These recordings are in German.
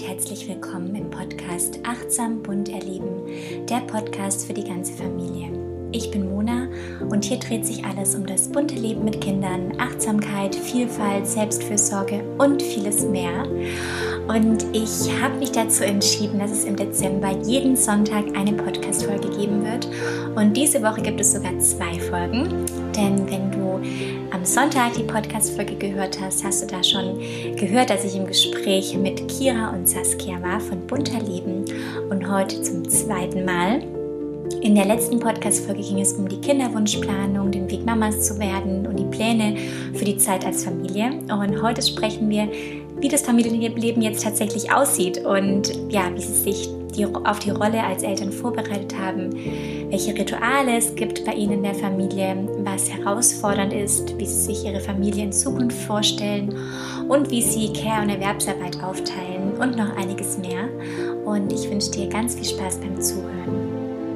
herzlich willkommen im Podcast Achtsam bunt erleben, der Podcast für die ganze Familie. Ich bin Mona und hier dreht sich alles um das bunte Leben mit Kindern, Achtsamkeit, Vielfalt, Selbstfürsorge und vieles mehr. Und ich habe mich dazu entschieden, dass es im Dezember jeden Sonntag eine Podcast-Folge geben wird. Und diese Woche gibt es sogar 2 Folgen, denn wenn du am Sonntag die Podcast-Folge gehört hast, hast du da schon gehört, dass ich im Gespräch mit Kira und Saskia war von Bunter Leben und heute zum 2. Mal. In der letzten Podcast-Folge ging es um die Kinderwunschplanung, den Weg Mamas zu werden und die Pläne für die Zeit als Familie. Und heute sprechen wir, wie das Familienleben jetzt tatsächlich aussieht und ja, wie sie sich auf die Rolle als Eltern vorbereitet haben, welche Rituale es gibt bei ihnen in der Familie, was herausfordernd ist, wie sie sich ihre Familie in Zukunft vorstellen und wie sie Care- und Erwerbsarbeit aufteilen und noch einiges mehr. Und ich wünsche dir ganz viel Spaß beim Zuhören.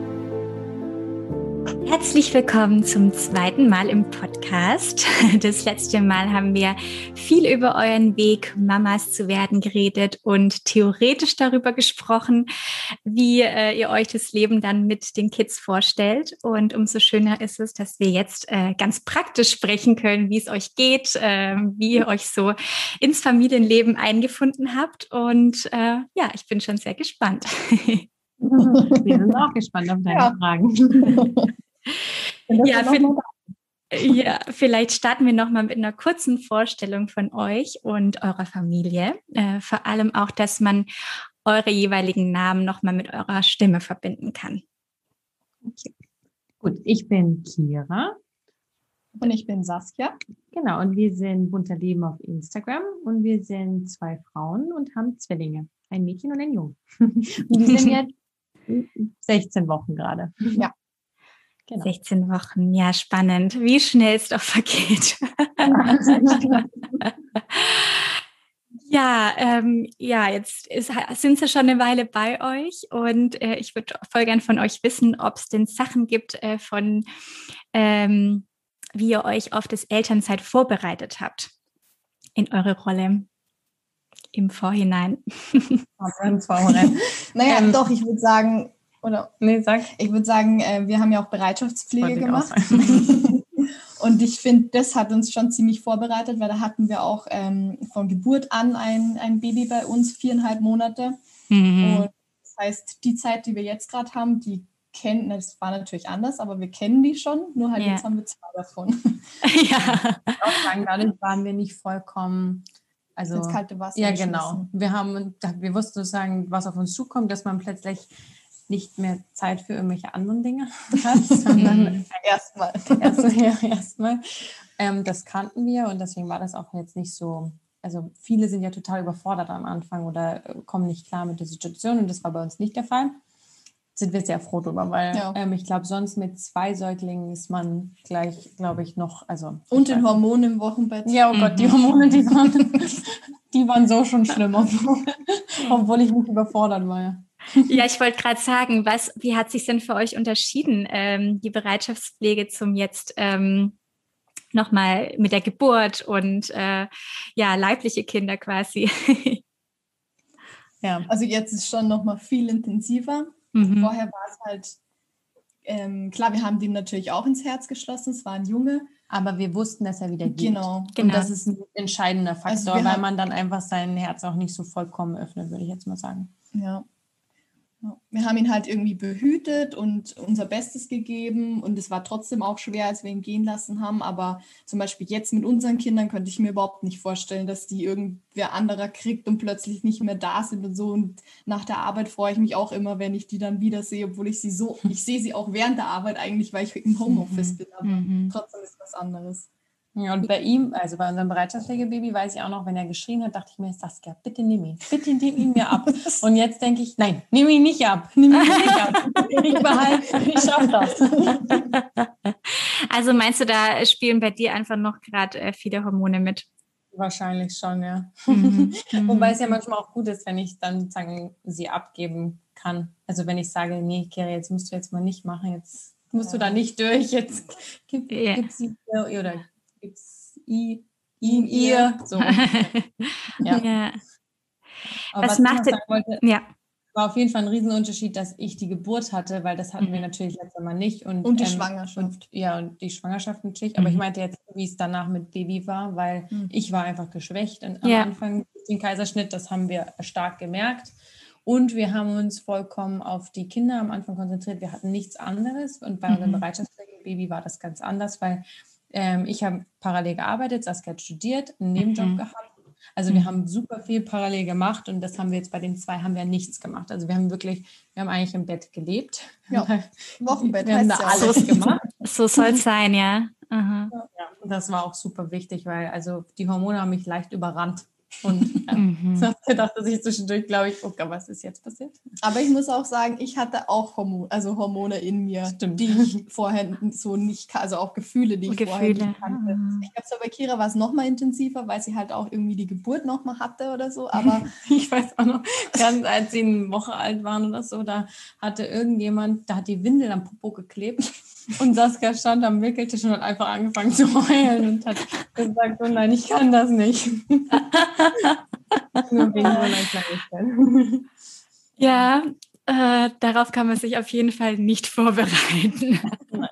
Herzlich willkommen zum 2. Mal im Podcast. Das letzte Mal haben wir viel über euren Weg, Mamas zu werden, geredet und theoretisch darüber gesprochen, wie ihr euch das Leben dann mit den Kids vorstellt. Und umso schöner ist es, dass wir jetzt ganz praktisch sprechen können, wie es euch geht, wie ihr euch so ins Familienleben eingefunden habt. Und ja, ich bin schon sehr gespannt. Wir sind auch gespannt auf deine Fragen. Ja, vielleicht starten wir nochmal mit einer kurzen Vorstellung von euch und eurer Familie. Vor allem auch, dass man eure jeweiligen Namen nochmal mit eurer Stimme verbinden kann. Okay. Gut, ich bin Kira. Und ich bin Saskia. Genau, und wir sind Bunter Leben auf Instagram und wir sind 2 Frauen und haben Zwillinge, ein Mädchen und ein Jungen. Und die sind jetzt 16 Wochen gerade. Ja. Genau. 16 Wochen, ja, spannend. Wie schnell es doch vergeht. Jetzt sind sie schon eine Weile bei euch und ich würde voll gern von euch wissen, ob es denn Sachen gibt wie ihr euch auf das Elternzeit vorbereitet habt in eure Rolle im Vorhinein. Doch, ich würde sagen, ich würde sagen, wir haben ja auch Bereitschaftspflege gemacht. Und ich finde, das hat uns schon ziemlich vorbereitet, weil da hatten wir auch von Geburt an ein Baby bei uns, 4,5 Monate. Mhm. Und das heißt, die Zeit, die wir jetzt gerade haben, das war natürlich anders, aber wir kennen die schon, nur halt jetzt haben wir 2 davon. Ja. Ich würde auch sagen, dadurch waren wir nicht vollkommen ins kalte Wasser. Ja, genau. Wir wussten sozusagen, was auf uns zukommt, dass man plötzlich nicht mehr Zeit für irgendwelche anderen Dinge hat, sondern erstmal. Das kannten wir und deswegen war das auch jetzt nicht so, also viele sind ja total überfordert am Anfang oder kommen nicht klar mit der Situation und das war bei uns nicht der Fall. Sind wir sehr froh drüber, weil ich glaube, sonst mit 2 Säuglingen ist man gleich, glaube ich, noch, und den Hormonen im Wochenbett. Ja, oh Gott, die Hormone, die waren so schon schlimm, obwohl ich nicht überfordert war, ja. Ja, ich wollte gerade sagen, wie hat sich denn für euch unterschieden, die Bereitschaftspflege zum jetzt nochmal mit der Geburt und leibliche Kinder quasi? Ja, also jetzt ist schon nochmal viel intensiver. Mhm. Vorher war es halt, klar, wir haben den natürlich auch ins Herz geschlossen, es war ein Junge. Aber wir wussten, dass er wieder geht. Genau. Und das ist ein entscheidender Faktor, weil man dann einfach sein Herz auch nicht so vollkommen öffnet, würde ich jetzt mal sagen. Ja. Wir haben ihn halt irgendwie behütet und unser Bestes gegeben und es war trotzdem auch schwer, als wir ihn gehen lassen haben, aber zum Beispiel jetzt mit unseren Kindern könnte ich mir überhaupt nicht vorstellen, dass die irgendwer anderer kriegt und plötzlich nicht mehr da sind und so, und nach der Arbeit freue ich mich auch immer, wenn ich die dann wieder sehe, obwohl ich sehe sie auch während der Arbeit eigentlich, weil ich im Homeoffice bin, aber trotzdem ist was anderes. Ja, und bei ihm, also bei unserem Bereitschaftspflegebaby, weiß ich auch noch, wenn er geschrien hat, dachte ich mir, Saskia, bitte nimm ihn mir ab. Und jetzt denke ich, nein, nimm ihn nicht ab. Ich behalte, ich schaffe das. Also meinst du, da spielen bei dir einfach noch gerade viele Hormone mit? Wahrscheinlich schon, ja. Wobei es ja manchmal auch gut ist, wenn ich dann sozusagen sie abgeben kann. Also wenn ich sage, nee, Kira, jetzt musst du jetzt mal nicht machen, jetzt musst du da nicht durch, jetzt gib sie oder gibt's ihm, ihr, so. Ja. Aber was macht ich noch sagen wollte, war auf jeden Fall ein Riesenunterschied, dass ich die Geburt hatte, weil das hatten wir natürlich letztes Mal nicht. Und die Schwangerschaft. Und die Schwangerschaft natürlich. Aber ich meinte jetzt, wie es danach mit Baby war, weil ich war einfach geschwächt am Anfang den Kaiserschnitt. Das haben wir stark gemerkt. Und wir haben uns vollkommen auf die Kinder am Anfang konzentriert. Wir hatten nichts anderes. Und bei unserem bereitschaftsfähigen Baby war das ganz anders, weil ich habe parallel gearbeitet, Saskia hat studiert, einen Nebenjob gehabt. Also wir haben super viel parallel gemacht und das haben wir jetzt bei den 2 haben wir nichts gemacht. Also wir haben eigentlich im Bett gelebt. Ja, Wochenbett wir haben da alles gemacht. So soll es sein, ja. Ja. Und das war auch super wichtig, weil also die Hormone haben mich leicht überrannt. Und ich habe gedacht, dass ich zwischendurch, glaube ich, oh Gott, was ist jetzt passiert? Aber ich muss auch sagen, ich hatte auch Hormone in mir, die ich vorher so nicht, also auch Gefühle, die ich vorher nicht kannte. Ich glaube, so bei Kira war es nochmal intensiver, weil sie halt auch irgendwie die Geburt nochmal hatte oder so. Aber ich weiß auch noch, ganz als sie eine Woche alt waren oder so, da hatte irgendjemand, da hat die Windel am Popo geklebt. Und Saskia stand am Wickeltisch und hat einfach angefangen zu heulen und hat gesagt, oh nein, ich kann das nicht. Nur wegen so einer Kleinigkeit. Ja, darauf kann man sich auf jeden Fall nicht vorbereiten.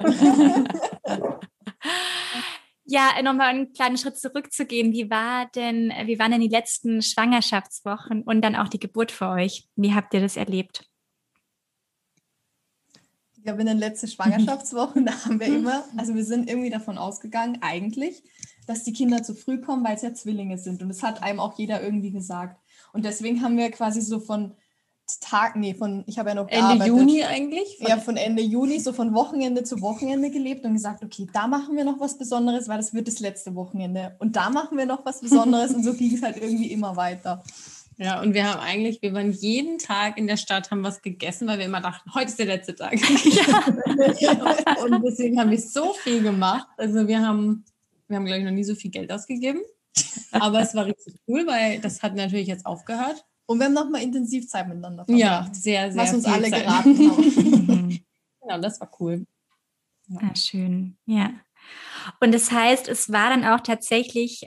Ja, nochmal einen kleinen Schritt zurückzugehen. Wie waren denn die letzten Schwangerschaftswochen und dann auch die Geburt für euch? Wie habt ihr das erlebt? Ich glaube, in den letzten Schwangerschaftswochen, da haben wir immer, also wir sind irgendwie davon ausgegangen, eigentlich, dass die Kinder zu früh kommen, weil es ja Zwillinge sind. Und das hat einem auch jeder irgendwie gesagt. Und deswegen haben wir quasi so ich habe ja noch gearbeitet. Ende Juni eigentlich? Von Ende Juni, so von Wochenende zu Wochenende gelebt und gesagt, okay, da machen wir noch was Besonderes, weil das wird das letzte Wochenende. Und da machen wir noch was Besonderes und so ging es halt irgendwie immer weiter. Ja, und wir waren jeden Tag in der Stadt, haben was gegessen, weil wir immer dachten, heute ist der letzte Tag. Und deswegen haben wir so viel gemacht. Also wir haben, glaube ich, noch nie so viel Geld ausgegeben. Aber es war richtig cool, weil das hat natürlich jetzt aufgehört. Und wir haben nochmal intensiv Zeit miteinander verbracht. Ja, sehr, sehr was uns viel alle Zeit geraten haben. Genau, das war cool. Ja. Ah, schön, ja. Und das heißt, es war dann auch tatsächlich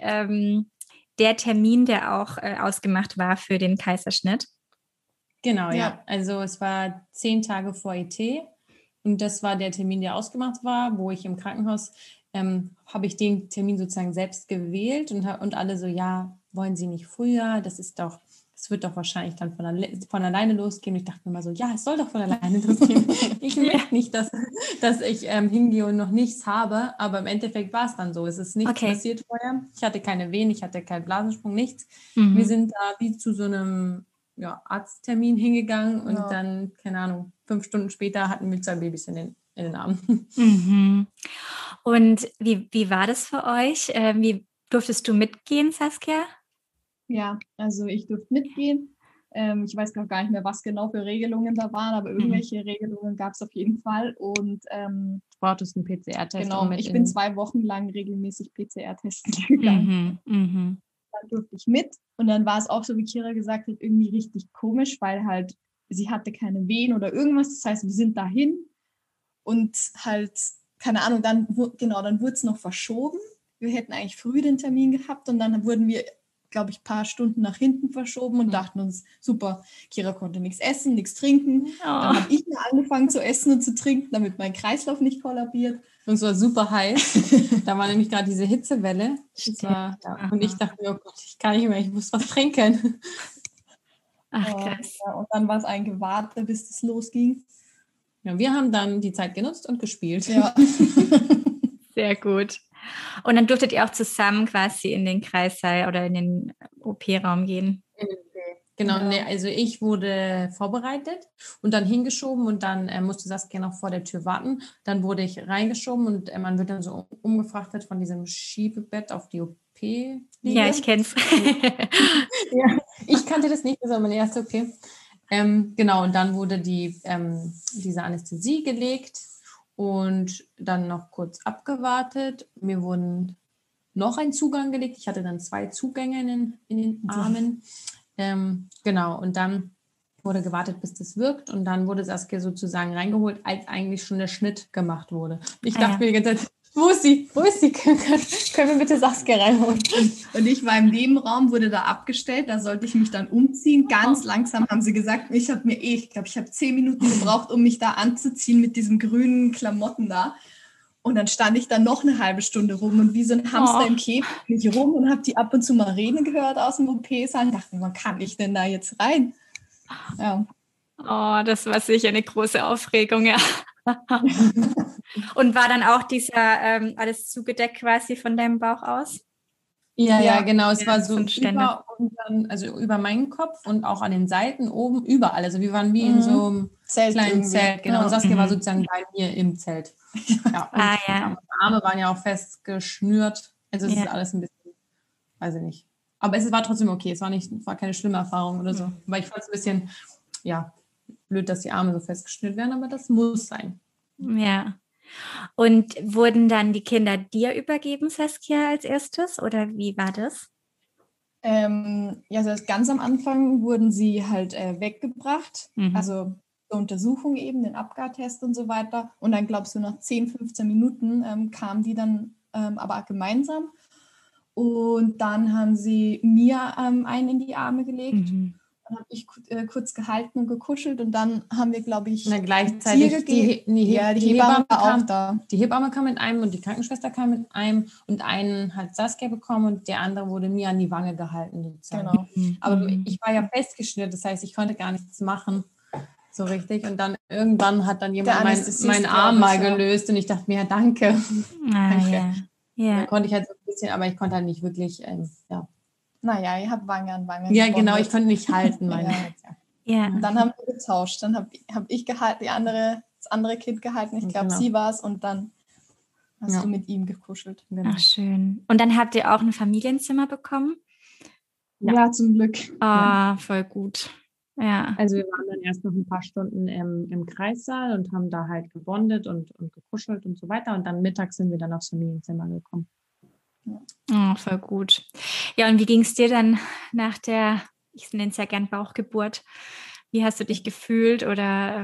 der Termin, der auch ausgemacht war für den Kaiserschnitt. Genau, ja. Also es war 10 Tage vor ET und das war der Termin, der ausgemacht war, wo ich im Krankenhaus habe ich den Termin sozusagen selbst gewählt und alle so, ja, wollen Sie nicht früher? Das wird doch wahrscheinlich dann von alleine losgehen. Und ich dachte mir mal so, ja, es soll doch von alleine losgehen. Ich möchte nicht, dass ich hingehe und noch nichts habe, aber im Endeffekt war es dann so. Es ist nichts passiert vorher. Ich hatte keine Wehen, ich hatte keinen Blasensprung, nichts. Wir sind da wie zu so einem Arzttermin hingegangen und dann, keine Ahnung, 5 Stunden später hatten wir 2 Babys in den Armen. Mhm. Und wie war das für euch? Wie durftest du mitgehen, Saskia? Ja, also ich durfte mitgehen. Ich weiß gar nicht mehr, was genau für Regelungen da waren, aber irgendwelche Regelungen gab es auf jeden Fall. Und du brauchtest einen PCR-Test. Genau, ich bin 2 Wochen lang regelmäßig PCR-testen gegangen. Dann durfte ich mit und dann war es auch so, wie Kira gesagt hat, irgendwie richtig komisch, weil halt sie hatte keine Wehen oder irgendwas. Das heißt, wir sind dahin und halt, keine Ahnung, dann wurde es noch verschoben. Wir hätten eigentlich früh den Termin gehabt und dann wurden wir, glaube ich, ein paar Stunden nach hinten verschoben und dachten uns, super, Kira konnte nichts essen, nichts trinken. Dann habe ich mir angefangen zu essen und zu trinken, damit mein Kreislauf nicht kollabiert. Und es war super heiß. Da war nämlich gerade diese Hitzewelle. Und ich dachte mir, oh Gott, ich kann nicht mehr, ich muss was trinken. Ach, krass. Und dann war es ein Gewarte, bis es losging. Ja, wir haben dann die Zeit genutzt und gespielt. Ja. Sehr gut. Und dann durftet ihr auch zusammen quasi in den Kreissaal oder in den OP-Raum gehen? Genau, also ich wurde vorbereitet und dann hingeschoben und dann musste Saskia noch vor der Tür warten. Dann wurde ich reingeschoben und man wird dann so umgefrachtet von diesem Schiebebett auf die OP-Liege. Ja, ich kenn's. Ja, ich kannte das nicht, das war meine erste OP. Genau, und dann wurde diese Anästhesie gelegt und dann noch kurz abgewartet. Mir wurden noch ein Zugang gelegt. Ich hatte dann 2 Zugänge in den Armen. Genau, und dann wurde gewartet, bis das wirkt und dann wurde Saskia sozusagen reingeholt, als eigentlich schon der Schnitt gemacht wurde. Ich dachte mir die ganze Zeit, Wo ist sie? Können wir bitte Saskia reinholen? Und ich war im Nebenraum, wurde da abgestellt, da sollte ich mich dann umziehen. Ganz langsam haben sie gesagt, ich glaube, ich habe 10 Minuten gebraucht, um mich da anzuziehen mit diesen grünen Klamotten da. Und dann stand ich da noch eine halbe Stunde rum und wie so ein Hamster im Käfig bin ich rum und habe die ab und zu mal reden gehört aus dem OP-Saal und dachte, wann kann ich denn da jetzt rein? Ja. Oh, das war sicher eine große Aufregung, ja. Und war dann auch dieser alles zugedeckt quasi von deinem Bauch aus? Ja, genau. Es war so über meinen Kopf und auch an den Seiten oben, überall. Also wir waren wie in so einem kleinen Zelt. Genau. Und Saskia war sozusagen bei mir im Zelt. Ja, und die Arme waren ja auch fest geschnürt. Also es ist alles ein bisschen, weiß ich nicht. Aber es war trotzdem okay. Es war keine schlimme Erfahrung oder so. Weil ich fand es ein bisschen, blöd, dass die Arme so fest geschnürt werden, aber das muss sein. Ja. Und wurden dann die Kinder dir übergeben, Saskia, als erstes? Oder wie war das? Also ganz am Anfang wurden sie halt weggebracht. Also zur Untersuchung eben, den Apgar-Test und so weiter. Und dann, glaubst du, nach 10, 15 Minuten kamen die dann aber gemeinsam. Und dann haben sie mir einen in die Arme gelegt. Dann habe ich kurz gehalten und gekuschelt und dann haben wir, glaube ich, gleichzeitig die Hebamme war auch da. Die Hebamme kam mit einem und die Krankenschwester kam mit einem und einen hat Saskia bekommen und der andere wurde mir an die Wange gehalten. Sozusagen. Genau. Aber ich war ja festgeschnürt, das heißt, ich konnte gar nichts machen, so richtig. Und dann irgendwann hat dann jemand meinen Arm mal gelöst und ich dachte mir, danke. Danke. Ja. Dann konnte ich halt so ein bisschen, aber ich konnte halt nicht wirklich, Naja, ihr habt Wange an Wange. Ja, genau, ich konnte nicht halten. Und dann haben wir getauscht. Dann hab ich gehalten, das andere Kind gehalten. Ich glaube, sie war es. Und dann hast du mit ihm gekuschelt. Ach, schön. Und dann habt ihr auch ein Familienzimmer bekommen? Ja, zum Glück. Voll gut. Ja. Also wir waren dann erst noch ein paar Stunden im Kreissaal und haben da halt gebondet und gekuschelt und so weiter. Und dann mittags sind wir dann aufs Familienzimmer gekommen. Oh, voll gut. Ja, und wie ging es dir dann nach der, ich nenne es ja gern Bauchgeburt, wie hast du dich gefühlt oder?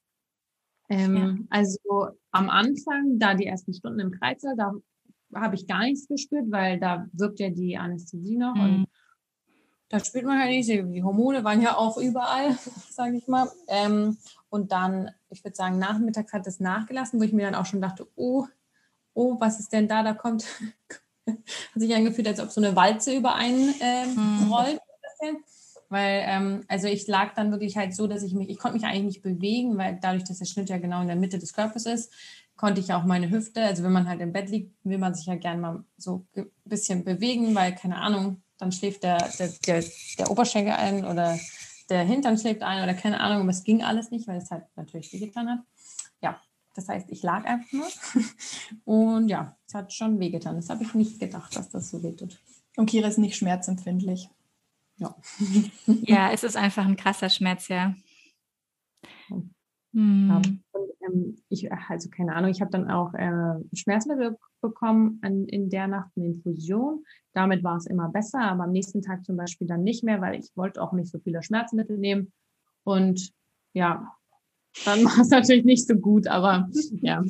Also am Anfang, da die ersten Stunden im Kreissaal, da habe ich gar nichts gespürt, weil da wirkt ja die Anästhesie noch und da spürt man halt nicht, die Hormone waren ja auch überall, sage ich mal. Und dann, ich würde sagen, nachmittags hat es nachgelassen, wo ich mir dann auch schon dachte, oh, was ist denn da? Da kommt, hat sich angefühlt, als ob so eine Walze über einen rollt. Weil, also ich lag dann wirklich halt so, dass ich konnte mich eigentlich nicht bewegen, weil dadurch, dass der Schnitt ja genau in der Mitte des Körpers ist, konnte ich auch meine Hüfte, also wenn man halt im Bett liegt, will man sich ja gerne mal so ein bisschen bewegen, weil, keine Ahnung, dann schläft der Oberschenkel ein oder der Hintern schläft ein oder keine Ahnung, aber es ging alles nicht, weil es halt natürlich wehgetan hat. Ja, das heißt, ich lag einfach nur und ja, es hat schon wehgetan. Das habe ich nicht gedacht, dass das so wehtut. Und Kira ist nicht schmerzempfindlich. Ja. Ja, es ist einfach ein krasser Schmerz, ja. Und, also keine Ahnung, ich habe dann auch Schmerzmittel bekommen in der Nacht, eine Infusion. Damit war es immer besser, aber am nächsten Tag zum Beispiel dann nicht mehr, weil ich wollte auch nicht so viele Schmerzmittel nehmen. Und ja, dann war es natürlich nicht so gut, aber ja.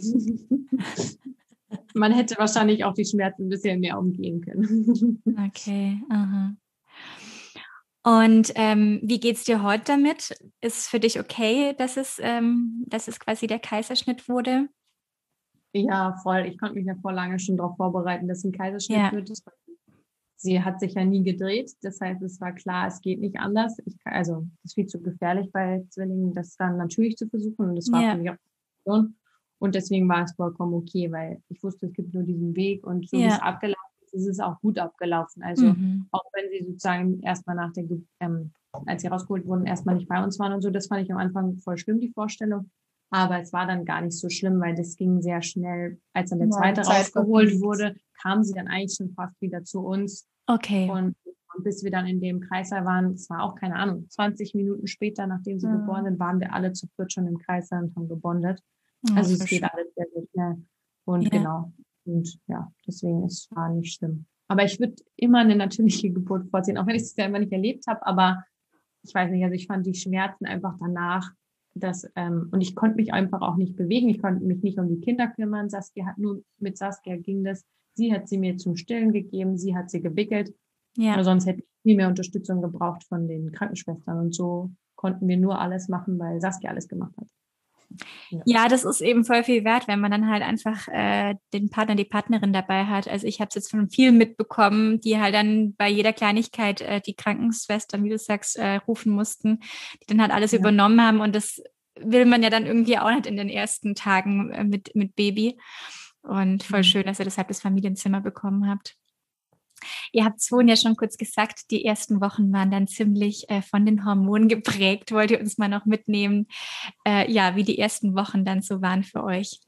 Man hätte wahrscheinlich auch die Schmerzen ein bisschen mehr umgehen können. Okay, aha. Und wie geht es dir heute damit? Ist für dich okay, dass es quasi der Kaiserschnitt wurde? Ja, voll. Ich konnte mich ja vor lange schon darauf vorbereiten, dass ein Kaiserschnitt wird. Sie hat sich ja nie gedreht. Das heißt, es war klar, es geht nicht anders. Es ist viel zu gefährlich bei Zwillingen, das dann natürlich zu versuchen. Und das war für mich auch eine Option. Und deswegen war es vollkommen okay, weil ich wusste, es gibt nur diesen Weg und so wie es abgelaufen ist es auch gut abgelaufen. Also auch wenn sie sozusagen erstmal als sie rausgeholt wurden, erstmal nicht bei uns waren und so, das fand ich am Anfang voll schlimm, die Vorstellung. Aber es war dann gar nicht so schlimm, weil das ging sehr schnell. Als dann der zweite rausgeholt wurde, kam sie dann eigentlich schon fast wieder zu uns. Okay. Und bis wir dann in dem Kreissaal waren, es war auch, keine Ahnung, 20 Minuten später, nachdem sie geboren sind, waren wir alle zu viert schon im Kreissaal und haben gebondet. Also es geht alles sehr, sehr schnell. Und genau. Und ja, deswegen es war nicht schlimm. Aber ich würde immer eine natürliche Geburt vorziehen, auch wenn ich es selber nicht erlebt habe. Aber ich weiß nicht, also ich fand die Schmerzen einfach danach und ich konnte mich einfach auch nicht bewegen. Ich konnte mich nicht um die Kinder kümmern. Mit Saskia ging das. Sie hat sie mir zum Stillen gegeben. Sie hat sie gewickelt. Ja. Sonst hätte ich viel mehr Unterstützung gebraucht von den Krankenschwestern. Und so konnten wir nur alles machen, weil Saskia alles gemacht hat. Ja, das ist eben voll viel wert, wenn man dann halt einfach den Partner, die Partnerin dabei hat. Also ich habe es jetzt von vielen mitbekommen, die halt dann bei jeder Kleinigkeit die Krankenschwestern, wie du sagst, rufen mussten, die dann halt alles übernommen haben. Und das will man ja dann irgendwie auch nicht in den ersten Tagen mit Baby. Und voll schön, dass ihr deshalb das Familienzimmer bekommen habt. Ihr habt es vorhin ja schon kurz gesagt, die ersten Wochen waren dann ziemlich von den Hormonen geprägt. Wollt ihr uns mal noch mitnehmen, wie die ersten Wochen dann so waren für euch?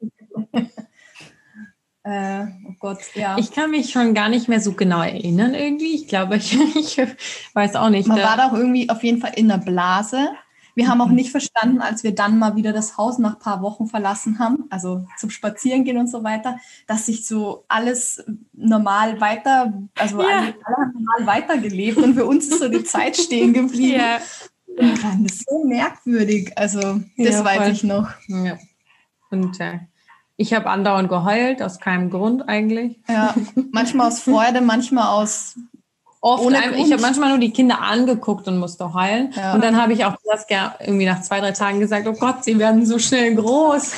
Oh Gott, ja. Ich kann mich schon gar nicht mehr so genau erinnern irgendwie. Ich glaube, ich weiß auch nicht. Man war da auch irgendwie auf jeden Fall in der Blase. Wir haben auch nicht verstanden, als wir dann mal wieder das Haus nach ein paar Wochen verlassen haben, also zum Spazierengehen und so weiter, dass sich so alles normal weiter, also alle haben normal weitergelebt und für uns ist so die Zeit stehen geblieben. Ja. Und das ist so merkwürdig, also das weiß ich noch. Ja. Und ich habe andauernd geheult, aus keinem Grund eigentlich. Ja, manchmal aus Freude, manchmal aus... Ich habe manchmal nur die Kinder angeguckt und musste heulen. Ja. Und dann habe ich auch Saskia irgendwie nach 2-3 Tagen gesagt, oh Gott, sie werden so schnell groß.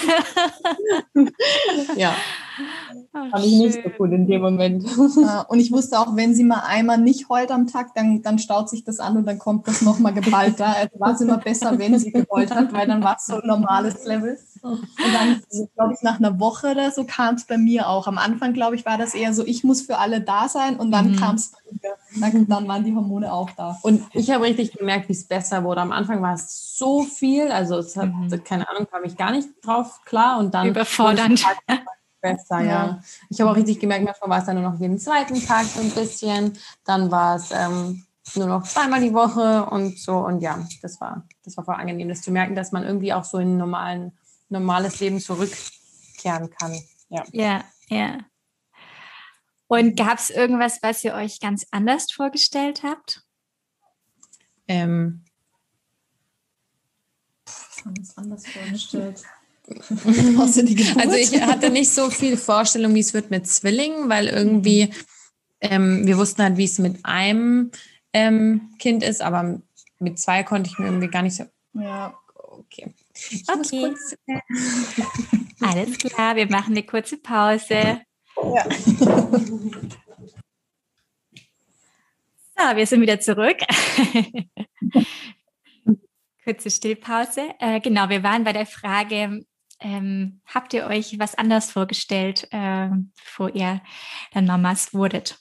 Ja, fand ich nicht so cool in dem Moment. Ja, und ich wusste auch, wenn sie mal einmal nicht heult am Tag, dann staut sich das an und dann kommt das nochmal geballter. Also war es immer besser, wenn sie geheult hat, weil dann war es so ein normales Level. Und dann, glaube ich, nach einer Woche oder so kam es bei mir auch. Am Anfang, glaube ich, war das eher so, ich muss für alle da sein und dann kam es bei mir. Dann waren die Hormone auch da. Und ich habe richtig gemerkt, wie es besser wurde. Am Anfang war es so viel, also es hat, keine Ahnung, kam ich gar nicht drauf klar und dann... Überfordernd. Besser, ja. Ich habe auch richtig gemerkt, manchmal war es dann nur noch jeden zweiten Tag so ein bisschen, dann war es nur noch 2-mal die Woche und so und ja, das war voll angenehm, das zu merken, dass man irgendwie auch so in normales Leben zurückkehren kann. Ja. Und gab es irgendwas, was ihr euch ganz anders vorgestellt habt? Was haben wir uns anders vorgestellt? Also ich hatte nicht so viel Vorstellung, wie es wird mit Zwillingen, weil irgendwie wir wussten halt, wie es mit einem Kind ist, aber mit 2 konnte ich mir irgendwie gar nicht so... Ja, okay. Alles klar, wir machen eine kurze Pause. Ja. So, wir sind wieder zurück. Kurze Stillpause. Genau, wir waren bei der Frage, habt ihr euch was anders vorgestellt, bevor ihr dann Mamas wurdet?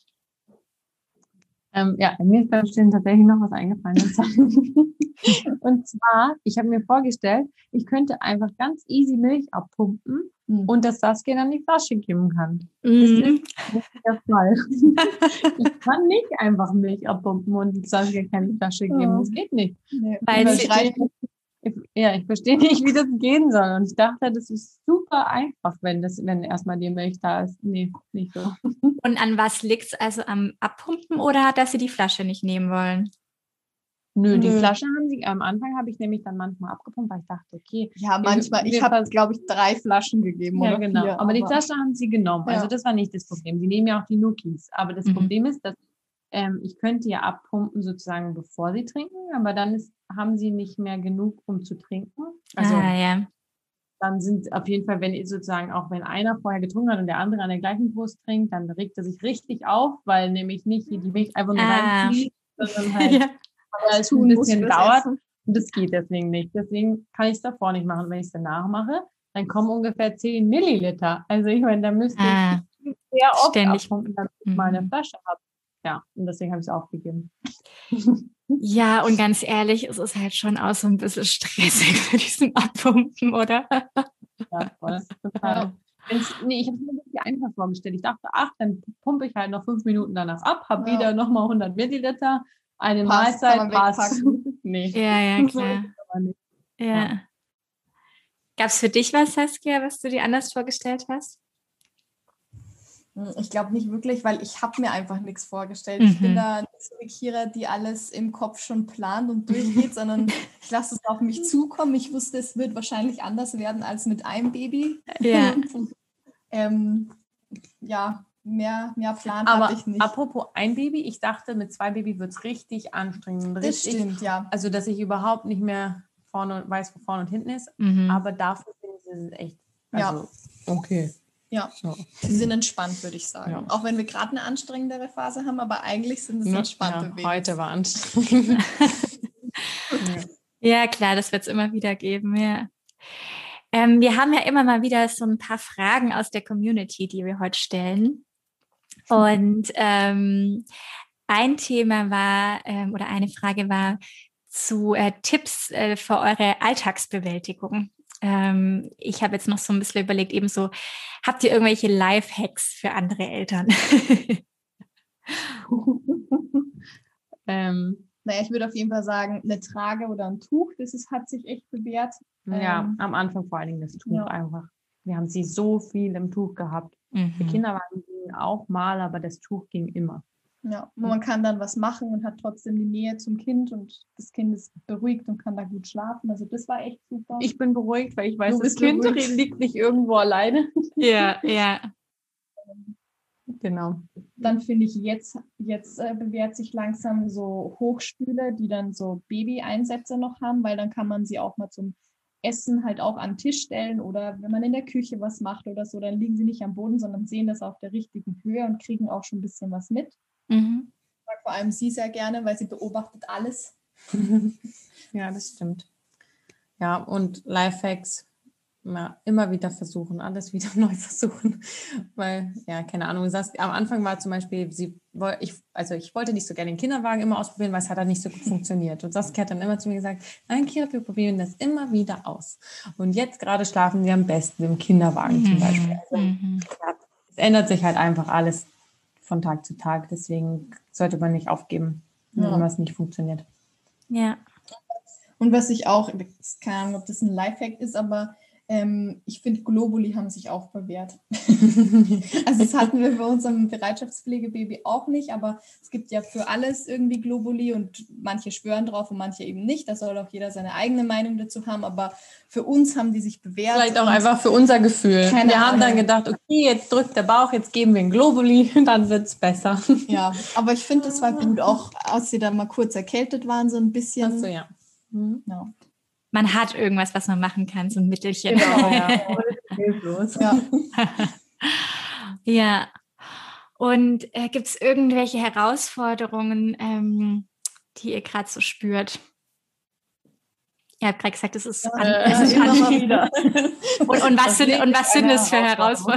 Mir ist beim Stillen tatsächlich noch was eingefallen. Und zwar, ich habe mir vorgestellt, ich könnte einfach ganz easy Milch abpumpen und dass Saskia dann die Flasche geben kann. Das ist nicht der Fall. Ich kann nicht einfach Milch abpumpen und Saskia keine Flasche geben. Das geht nicht. Nee, ich verstehe nicht, wie das gehen soll. Und ich dachte, das ist super einfach, wenn erstmal die Milch da ist. Nee, nicht so. Und an was liegt es? Also am Abpumpen oder dass sie die Flasche nicht nehmen wollen? Nö, die Flasche haben sie, am Anfang habe ich nämlich dann manchmal abgepumpt, weil ich dachte, okay. Ja, manchmal, ich habe, glaube ich, 3 Flaschen gegeben. Ja, oder genau. 4, aber die Flasche haben sie genommen. Ja. Also das war nicht das Problem. Sie nehmen ja auch die Nuckis. Aber das Problem ist, dass ich könnte ja abpumpen sozusagen, bevor sie trinken, aber dann haben sie nicht mehr genug, um zu trinken. Also dann sind auf jeden Fall, wenn einer vorher getrunken hat und der andere an der gleichen Brust trinkt, dann regt er sich richtig auf, weil nämlich nicht die Milch einfach nur reinfließt, sondern halt weil es ein bisschen dauert und das geht deswegen nicht. Deswegen kann ich es davor nicht machen. Wenn ich es danach mache, dann kommen ungefähr 10 Milliliter. Also ich meine, da müsste ich sehr oft abpumpen, damit ich mal eine Flasche habe. Ja, und deswegen habe ich es aufgegeben. Ja, und ganz ehrlich, es ist halt schon auch so ein bisschen stressig für diesen Abpumpen, oder? Ja, voll. Total. Ich habe es mir wirklich einfach vorgestellt. Ich dachte, dann pumpe ich halt noch 5 Minuten danach ab, habe wieder nochmal 100 Milliliter, eine Mahlzeit, passt. Nee. Ja, klar. Ja. Gab es für dich was, Saskia, was du dir anders vorgestellt hast? Ich glaube nicht wirklich, weil ich habe mir einfach nichts vorgestellt. Ich bin da nicht so wie Kira, die alles im Kopf schon plant und durchgeht, sondern ich lasse es auf mich zukommen. Ich wusste, es wird wahrscheinlich anders werden als mit einem Baby. Ja. Ja, mehr Plan hatte ich nicht. Apropos ein Baby, ich dachte, mit 2 Baby wird es richtig anstrengend. Das stimmt, ja. Also, dass ich überhaupt nicht mehr weiß, wo vorne und hinten ist. Aber dafür finde ich es echt, okay. Ja, sie sind entspannt, würde ich sagen. Ja. Auch wenn wir gerade eine anstrengendere Phase haben, aber eigentlich sind es entspannte Babys. Heute war anstrengend. Ja, klar, das wird es immer wieder geben, ja. Wir haben ja immer mal wieder so ein paar Fragen aus der Community, die wir heute stellen. Und ein Thema war, oder eine Frage war zu Tipps für eure Alltagsbewältigung. Ich habe jetzt noch so ein bisschen überlegt, eben so, habt ihr irgendwelche Lifehacks für andere Eltern? Naja, ich würde auf jeden Fall sagen, eine Trage oder ein Tuch, hat sich echt bewährt. Ja, am Anfang vor allen Dingen das Tuch einfach. Wir haben sie so viel im Tuch gehabt. Die Kinderwagen gingen auch mal, aber das Tuch ging immer. Ja, man kann dann was machen und hat trotzdem die Nähe zum Kind und das Kind ist beruhigt und kann da gut schlafen. Also das war echt super. Ich bin beruhigt, weil ich weiß, das Kind liegt nicht irgendwo alleine. Ja. Genau. Dann finde ich, jetzt bewährt sich langsam so Hochstühle, die dann so Baby-Einsätze noch haben, weil dann kann man sie auch mal zum Essen halt auch an den Tisch stellen oder wenn man in der Küche was macht oder so, dann liegen sie nicht am Boden, sondern sehen das auf der richtigen Höhe und kriegen auch schon ein bisschen was mit. Ich mag vor allem sie sehr gerne, weil sie beobachtet alles. Ja, das stimmt. Ja, und Lifehacks, immer wieder versuchen, alles wieder neu versuchen, weil, keine Ahnung, am Anfang war zum Beispiel, ich wollte nicht so gerne den Kinderwagen immer ausprobieren, weil es hat dann nicht so gut funktioniert. Und Saskia hat dann immer zu mir gesagt, nein, Kira, wir probieren das immer wieder aus. Und jetzt gerade schlafen wir am besten im Kinderwagen zum Beispiel. Also, es ändert sich halt einfach alles von Tag zu Tag, deswegen sollte man nicht aufgeben, wenn was nicht funktioniert. Ja. Und was ich auch, keine Ahnung, ob das ein Lifehack ist, aber ich finde, Globuli haben sich auch bewährt. Also das hatten wir bei unserem Bereitschaftspflegebaby auch nicht, aber es gibt ja für alles irgendwie Globuli und manche schwören drauf und manche eben nicht. Da soll auch jeder seine eigene Meinung dazu haben, aber für uns haben die sich bewährt. Vielleicht auch einfach für unser Gefühl. Wir haben dann gedacht, okay, jetzt drückt der Bauch, jetzt geben wir ein Globuli, dann wird es besser. Ja, aber ich finde, das war gut, auch als sie dann mal kurz erkältet waren, so ein bisschen. Ach so, ja. Ja. Man hat irgendwas, was man machen kann, so ein Mittelchen. Genau, ja. Hilflos. Ja. Und gibt es irgendwelche Herausforderungen, die ihr gerade so spürt? Ihr habt gerade gesagt, es ist immer mal wieder. Und was sind es für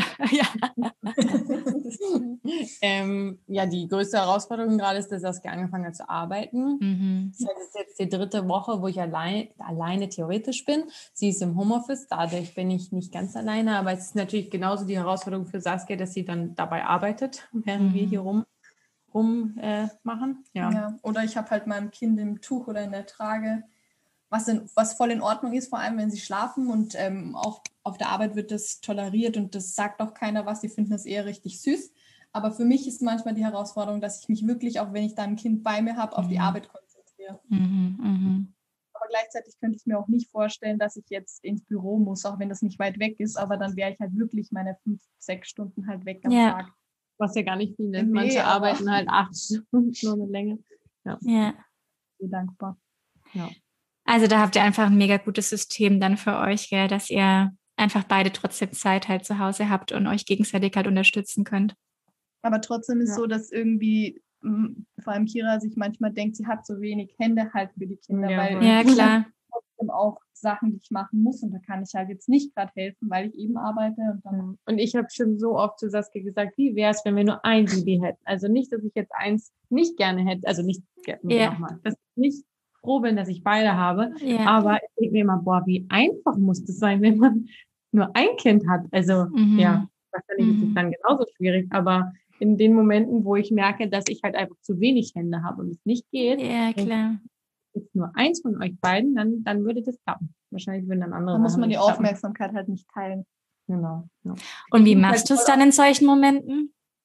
Herausforderungen? Ja, die größte Herausforderung gerade ist, dass Saskia angefangen hat zu arbeiten. Das ist jetzt die 3. Woche, wo ich alleine theoretisch bin. Sie ist im Homeoffice, dadurch bin ich nicht ganz alleine, aber es ist natürlich genauso die Herausforderung für Saskia, dass sie dann dabei arbeitet, während wir hier machen. Ja. Oder ich habe halt meinem Kind im Tuch oder in der Trage, was voll in Ordnung ist, vor allem wenn sie schlafen und auch auf der Arbeit wird das toleriert und das sagt auch keiner was, die finden das eher richtig süß. Aber für mich ist manchmal die Herausforderung, dass ich mich wirklich, auch wenn ich da ein Kind bei mir habe, auf die Arbeit konzentriere. Aber gleichzeitig könnte ich mir auch nicht vorstellen, dass ich jetzt ins Büro muss, auch wenn das nicht weit weg ist, aber dann wäre ich halt wirklich meine 5-6 Stunden halt weg am Tag. Was ja gar nicht viel ist. Manche arbeiten halt 8 Stunden, nur eine Länge. Ja. Sehr dankbar. Ja. Also da habt ihr einfach ein mega gutes System dann für euch, gell, dass ihr einfach beide trotzdem Zeit halt zu Hause habt und euch gegenseitig halt unterstützen könnt. Aber trotzdem ist so, dass irgendwie vor allem Kira sich manchmal denkt, sie hat so wenig Hände halt für die Kinder, weil klar. trotzdem auch Sachen, die ich machen muss und da kann ich halt jetzt nicht gerade helfen, weil ich eben arbeite. Und ich habe schon so oft zu Saskia gesagt, wie wäre es, wenn wir nur ein Baby hätten? Also nicht, dass ich jetzt eins nicht gerne hätte, also nicht nochmal, dass ich nicht froh bin, dass ich beide habe, aber ich denke mir immer, wie einfach muss das sein, wenn man nur ein Kind hat. Also wahrscheinlich ist es dann genauso schwierig, aber in den Momenten, wo ich merke, dass ich halt einfach zu wenig Hände habe und es nicht geht, jetzt nur eins von euch beiden, dann würde das klappen. Wahrscheinlich würden dann andere. Da muss man die Aufmerksamkeit halt nicht teilen. Genau. Ja. Und wie machst du es dann in solchen Momenten?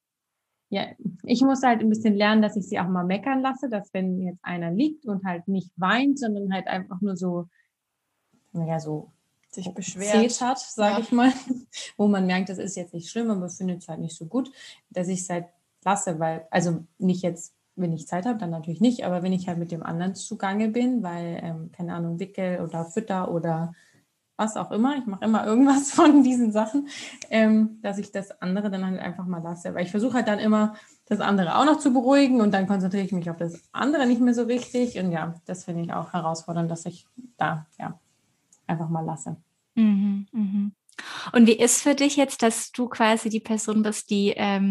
Ja, ich muss halt ein bisschen lernen, dass ich sie auch mal meckern lasse, dass wenn jetzt einer liegt und halt nicht weint, sondern halt einfach nur so, naja, so sich beschwert hat, sage ich mal, wo man merkt, das ist jetzt nicht schlimm, aber findet es halt nicht so gut, dass ich es halt lasse, weil, also nicht jetzt, wenn ich Zeit habe, dann natürlich nicht, aber wenn ich halt mit dem anderen zugange bin, weil, keine Ahnung, wickel oder fütter oder was auch immer, ich mache immer irgendwas von diesen Sachen, dass ich das andere dann halt einfach mal lasse, weil ich versuche halt dann immer, das andere auch noch zu beruhigen und dann konzentriere ich mich auf das andere nicht mehr so richtig und ja, das finde ich auch herausfordernd, dass ich da, ja, einfach mal lasse. Mhm, mhm. Und wie ist für dich jetzt, dass du quasi die Person bist, die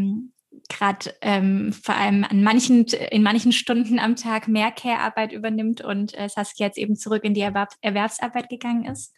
gerade vor allem in manchen Stunden am Tag mehr Care-Arbeit übernimmt und Saskia jetzt eben zurück in die Erwerbsarbeit gegangen ist?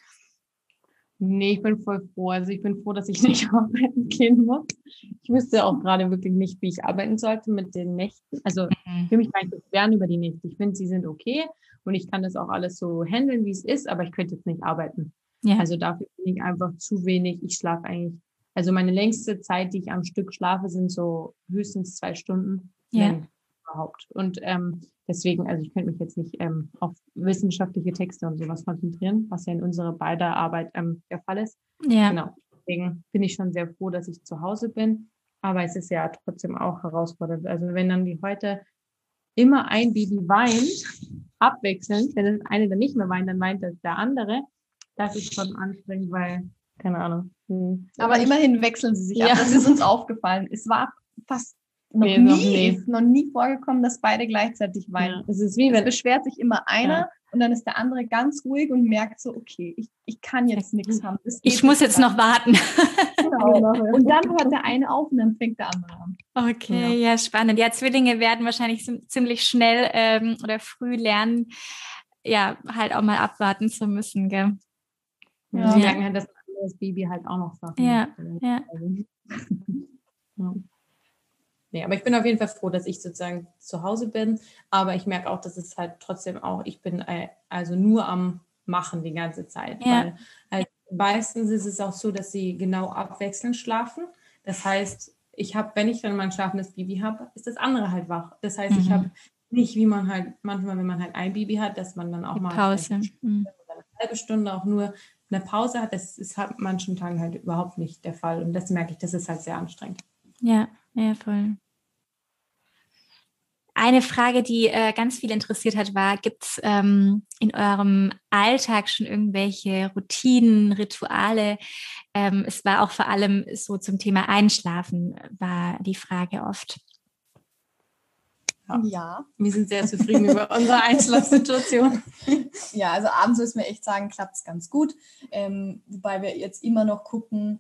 Nee, ich bin voll froh. Also ich bin froh, dass ich nicht arbeiten gehen muss. Ich wüsste auch gerade wirklich nicht, wie ich arbeiten sollte mit den Nächten. Also ich will mich gar nicht beschweren über die Nächte. Ich finde, sie sind okay und ich kann das auch alles so handeln, wie es ist, aber ich könnte jetzt nicht arbeiten. Ja. Also dafür bin ich einfach zu wenig. Ich schlafe eigentlich, also meine längste Zeit, die ich am Stück schlafe, sind so höchstens 2 Stunden, wenn überhaupt. Und deswegen, also ich könnte mich jetzt nicht auf wissenschaftliche Texte und sowas konzentrieren, was ja in unserer beider Arbeit der Fall ist. Ja. Genau. Deswegen bin ich schon sehr froh, dass ich zu Hause bin. Aber es ist ja trotzdem auch herausfordernd. Also wenn dann wie heute immer ein Baby weint, abwechselnd, wenn das eine dann nicht mehr weint, dann weint das der andere. Das ist schon anstrengend, weil, keine Ahnung. Aber immerhin wechseln sie sich ab. Das ist uns aufgefallen. Es war fast noch nie vorgekommen, dass beide gleichzeitig weinen. Ja, es ist wie wenn, beschwert sich immer einer und dann ist der andere ganz ruhig und merkt so, okay, ich kann jetzt nichts haben. Ich muss jetzt noch warten. Genau. Und dann hört der eine auf und dann fängt der andere an. Okay, ja, spannend. Ja, Zwillinge werden wahrscheinlich ziemlich schnell oder früh lernen, ja, halt auch mal abwarten zu müssen, gell? Ja. Sie merken halt, dass das Baby halt auch noch Sachen ja. Nee, aber ich bin auf jeden Fall froh, dass ich sozusagen zu Hause bin, aber ich merke auch, dass es halt trotzdem auch, ich bin also nur am Machen die ganze Zeit, weil halt meistens ist es auch so, dass sie genau abwechselnd schlafen. Das heißt, wenn ich dann mein schlafendes Baby habe, ist das andere halt wach. Das heißt, ich habe nicht, wie man halt manchmal, wenn man halt ein Baby hat, dass man dann auch mal Pause. Eine halbe Stunde auch nur eine Pause hat. Das ist halt manchen Tagen halt überhaupt nicht der Fall und das merke ich, das ist halt sehr anstrengend. Ja, voll. Eine Frage, die ganz viel interessiert hat, war, gibt es in eurem Alltag schon irgendwelche Routinen, Rituale? Es war auch vor allem so zum Thema Einschlafen, war die Frage oft. Ja. Wir sind sehr zufrieden über unsere Einschlafsituation. Ja, also abends müssen wir echt sagen, klappt es ganz gut. Wobei wir jetzt immer noch gucken,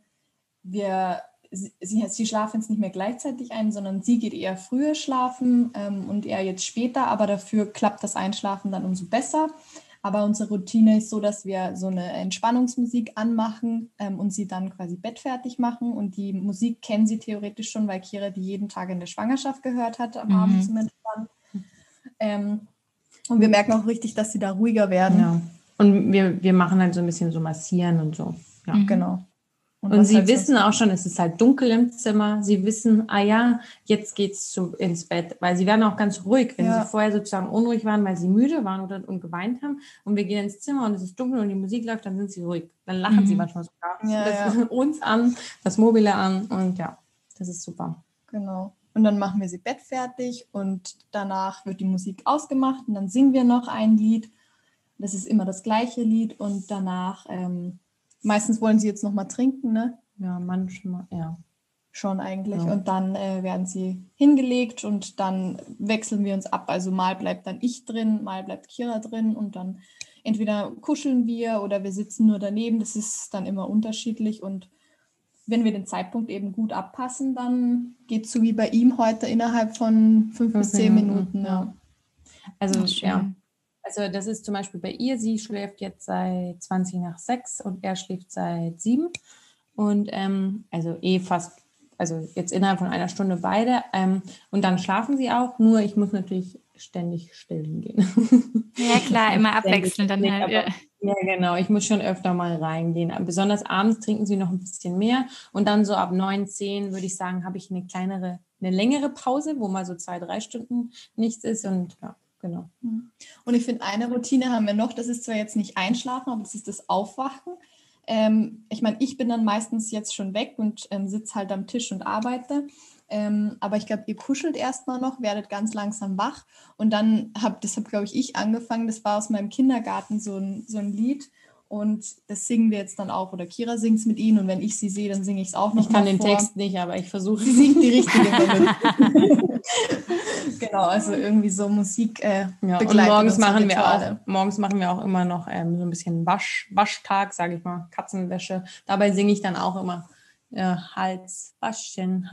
sie schlafen jetzt nicht mehr gleichzeitig ein, sondern sie geht eher früher schlafen und er jetzt später, aber dafür klappt das Einschlafen dann umso besser. Aber unsere Routine ist so, dass wir so eine Entspannungsmusik anmachen und sie dann quasi bettfertig machen. Und die Musik kennen sie theoretisch schon, weil Kira die jeden Tag in der Schwangerschaft gehört hat, am Abend zum Entspannen. Und wir merken auch richtig, dass sie da ruhiger werden. Ja. Und wir machen halt so ein bisschen so massieren und so. Ja. Genau. Und sie halt wissen auch schon, es ist halt dunkel im Zimmer. Sie wissen, jetzt geht's ins Bett. Weil sie werden auch ganz ruhig, wenn sie vorher sozusagen unruhig waren, weil sie müde waren und geweint haben. Und wir gehen ins Zimmer und es ist dunkel und die Musik läuft, dann sind sie ruhig. Dann lachen sie manchmal sogar. Uns an, das Mobile an und ja, das ist super. Genau. Und dann machen wir sie bettfertig und danach wird die Musik ausgemacht und dann singen wir noch ein Lied. Das ist immer das gleiche Lied und danach... meistens wollen sie jetzt noch mal trinken, ne? Ja, manchmal, ja. Schon eigentlich. Ja. Und dann werden sie hingelegt und dann wechseln wir uns ab. Also mal bleibt dann ich drin, mal bleibt Kira drin und dann entweder kuscheln wir oder wir sitzen nur daneben. Das ist dann immer unterschiedlich und wenn wir den Zeitpunkt eben gut abpassen, dann geht es so wie bei ihm heute innerhalb von 5 bis 10 Minuten. Ja. Also, ja. Also das ist zum Beispiel bei ihr, sie schläft jetzt seit 20:20 und er schläft seit 7. Und also jetzt innerhalb von einer Stunde beide. Und dann schlafen sie auch, nur ich muss natürlich ständig stillen gehen. Ja klar, immer abwechselnd dann halt. Ja, genau, ich muss schon öfter mal reingehen. Besonders abends trinken sie noch ein bisschen mehr und dann so ab 9, 10 würde ich sagen, habe ich eine kleinere eine längere Pause, wo mal so 2-3 Stunden nichts ist und ja, genau. Und ich finde, eine Routine haben wir noch, das ist zwar jetzt nicht Einschlafen, aber das ist das Aufwachen. Ich meine, ich bin dann meistens jetzt schon weg und sitze halt am Tisch und arbeite. Aber ich glaube, ihr kuschelt erstmal noch, werdet ganz langsam wach. Und dann glaube ich angefangen, das war aus meinem Kindergarten so ein Lied. Und das singen wir jetzt dann auch. Oder Kira singt es mit ihnen. Und wenn ich sie sehe, dann singe ich es auch noch. Ich kann den Text nicht, aber ich versuche. Sie singt die richtige Melodie. Genau, also irgendwie so Musik begleitet. Und morgens machen wir auch immer noch so ein bisschen Waschtag, sage ich mal, Katzenwäsche. Dabei singe ich dann auch immer Hals waschen.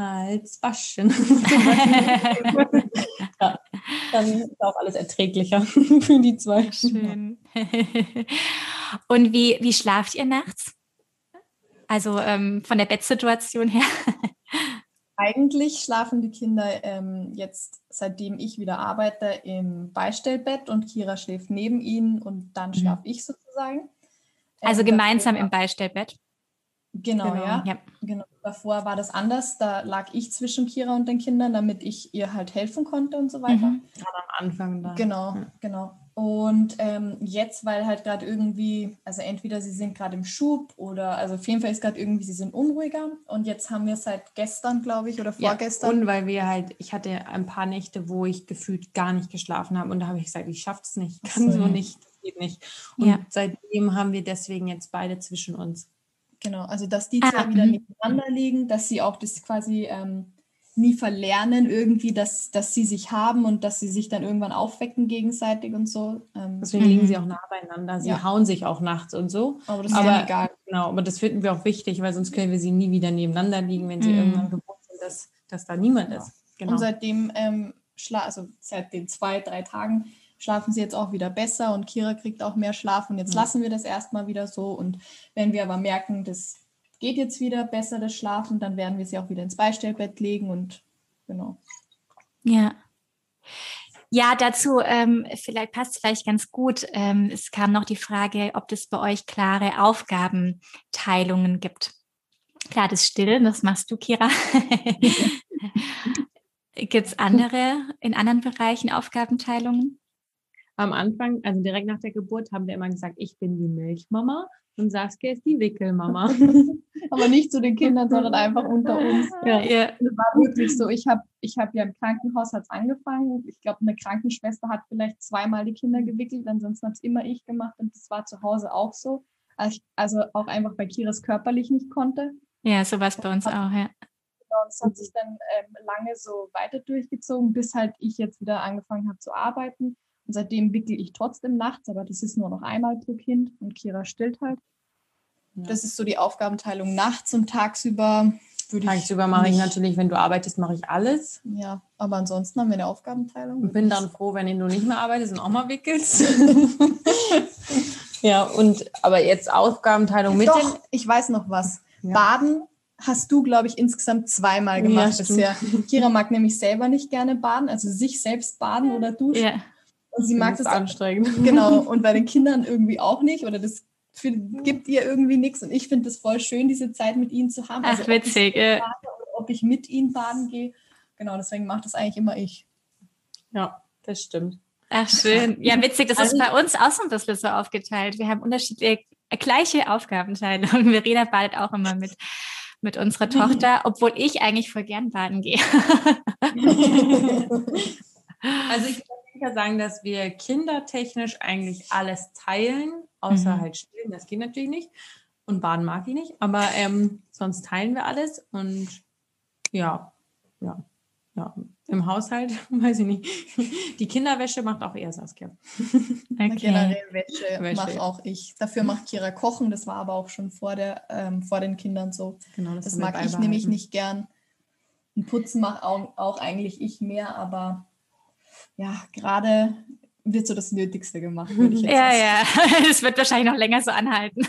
Ja, dann ist auch alles erträglicher für die zwei. Schön. Und wie schlaft ihr nachts? Also von der Bettsituation her? Eigentlich schlafen die Kinder jetzt, seitdem ich wieder arbeite, im Beistellbett und Kira schläft neben ihnen und dann schlafe ich sozusagen. Also gemeinsam im Beistellbett? Genau, ja. Genau. Davor war das anders. Da lag ich zwischen Kira und den Kindern, damit ich ihr halt helfen konnte und so weiter. Gerade am Anfang dann. Genau. Und jetzt, weil halt gerade irgendwie, also entweder sie sind gerade im Schub oder, also auf jeden Fall ist gerade irgendwie, sie sind unruhiger. Und jetzt haben wir seit gestern, glaube ich, oder vorgestern. Ja, und weil ich hatte ein paar Nächte, wo ich gefühlt gar nicht geschlafen habe. Und da habe ich gesagt, ich schaffe es nicht, ich kann so nicht, geht nicht. Und seitdem haben wir deswegen jetzt beide zwischen uns. Genau, also dass die zwei wieder nebeneinander liegen, dass sie auch das quasi nie verlernen irgendwie, dass sie sich haben und dass sie sich dann irgendwann aufwecken gegenseitig und so. Deswegen liegen sie auch nah beieinander. Sie hauen sich auch nachts und so. Aber das ist ja egal. Genau, aber das finden wir auch wichtig, weil sonst können wir sie nie wieder nebeneinander liegen, wenn sie irgendwann gewohnt sind, dass da niemand ist. Genau. Und seitdem, seit den 2-3 Tagen schlafen sie jetzt auch wieder besser und Kira kriegt auch mehr Schlaf und jetzt lassen wir das erstmal wieder so und wenn wir aber merken, das geht jetzt wieder besser, das Schlafen, dann werden wir sie auch wieder ins Beistellbett legen und genau. Ja, dazu passt vielleicht ganz gut. Es kam noch die Frage, ob es bei euch klare Aufgabenteilungen gibt. Klar, das Stillen, das machst du, Kira. Gibt es in anderen Bereichen Aufgabenteilungen? Am Anfang, also direkt nach der Geburt, haben wir immer gesagt, ich bin die Milchmama und Saskia ist die Wickelmama. Aber nicht zu den Kindern, sondern einfach unter uns. Ja. Das war wirklich so. Ich hab ja im Krankenhaus angefangen. Ich glaube, eine Krankenschwester hat vielleicht 2-mal die Kinder gewickelt, ansonsten habe es immer ich gemacht und das war zu Hause auch so. Also auch einfach, weil Kiras körperlich nicht konnte. Ja, so war es bei uns auch, ja. Genau, das hat sich dann lange so weiter durchgezogen, bis halt ich jetzt wieder angefangen habe zu arbeiten. Und seitdem wickle ich trotzdem nachts, aber das ist nur noch einmal pro Kind und Kira stillt halt. Ja. Das ist so die Aufgabenteilung nachts und tagsüber. Tagsüber mache ich natürlich, wenn du arbeitest, mache ich alles. Ja, aber ansonsten haben wir eine Aufgabenteilung. Und bin dann froh, wenn du nicht mehr arbeitest und auch mal wickelst. Ja, aber jetzt Aufgabenteilung mit. Doch, ich weiß noch was. Ja. Baden hast du, glaube ich, insgesamt 2-mal gemacht bisher. Kira mag nämlich selber nicht gerne baden, also sich selbst baden oder duschen. Ja. Und sie mag das anstrengend. Genau, und bei den Kindern irgendwie auch nicht oder das gibt ihr irgendwie nichts und ich finde es voll schön, diese Zeit mit ihnen zu haben. Also witzig. Ob ich mit ihnen baden gehe. Genau, deswegen macht das eigentlich immer ich. Ja, das stimmt. Ach, schön. Ja, witzig, das ist bei uns auch so ein bisschen so aufgeteilt. Wir haben gleiche Aufgabenteilung. Verena badet auch immer mit unserer Tochter, obwohl ich eigentlich voll gern baden gehe. Also ich kann ja sagen, dass wir kindertechnisch eigentlich alles teilen, außer halt stillen, das geht natürlich nicht. Und baden mag ich nicht, aber sonst teilen wir alles und ja. Im Haushalt, weiß ich nicht. Die Kinderwäsche macht auch eher Saskia. Okay. Generell Wäsche mache auch ich. Dafür macht Kira Kochen, das war aber auch schon vor den Kindern so. Genau, das mag ich nämlich nicht gern. Und Putzen macht auch eigentlich ich mehr, aber ja, gerade wird so das Nötigste gemacht, würde ich jetzt sagen. Ja, das wird wahrscheinlich noch länger so anhalten.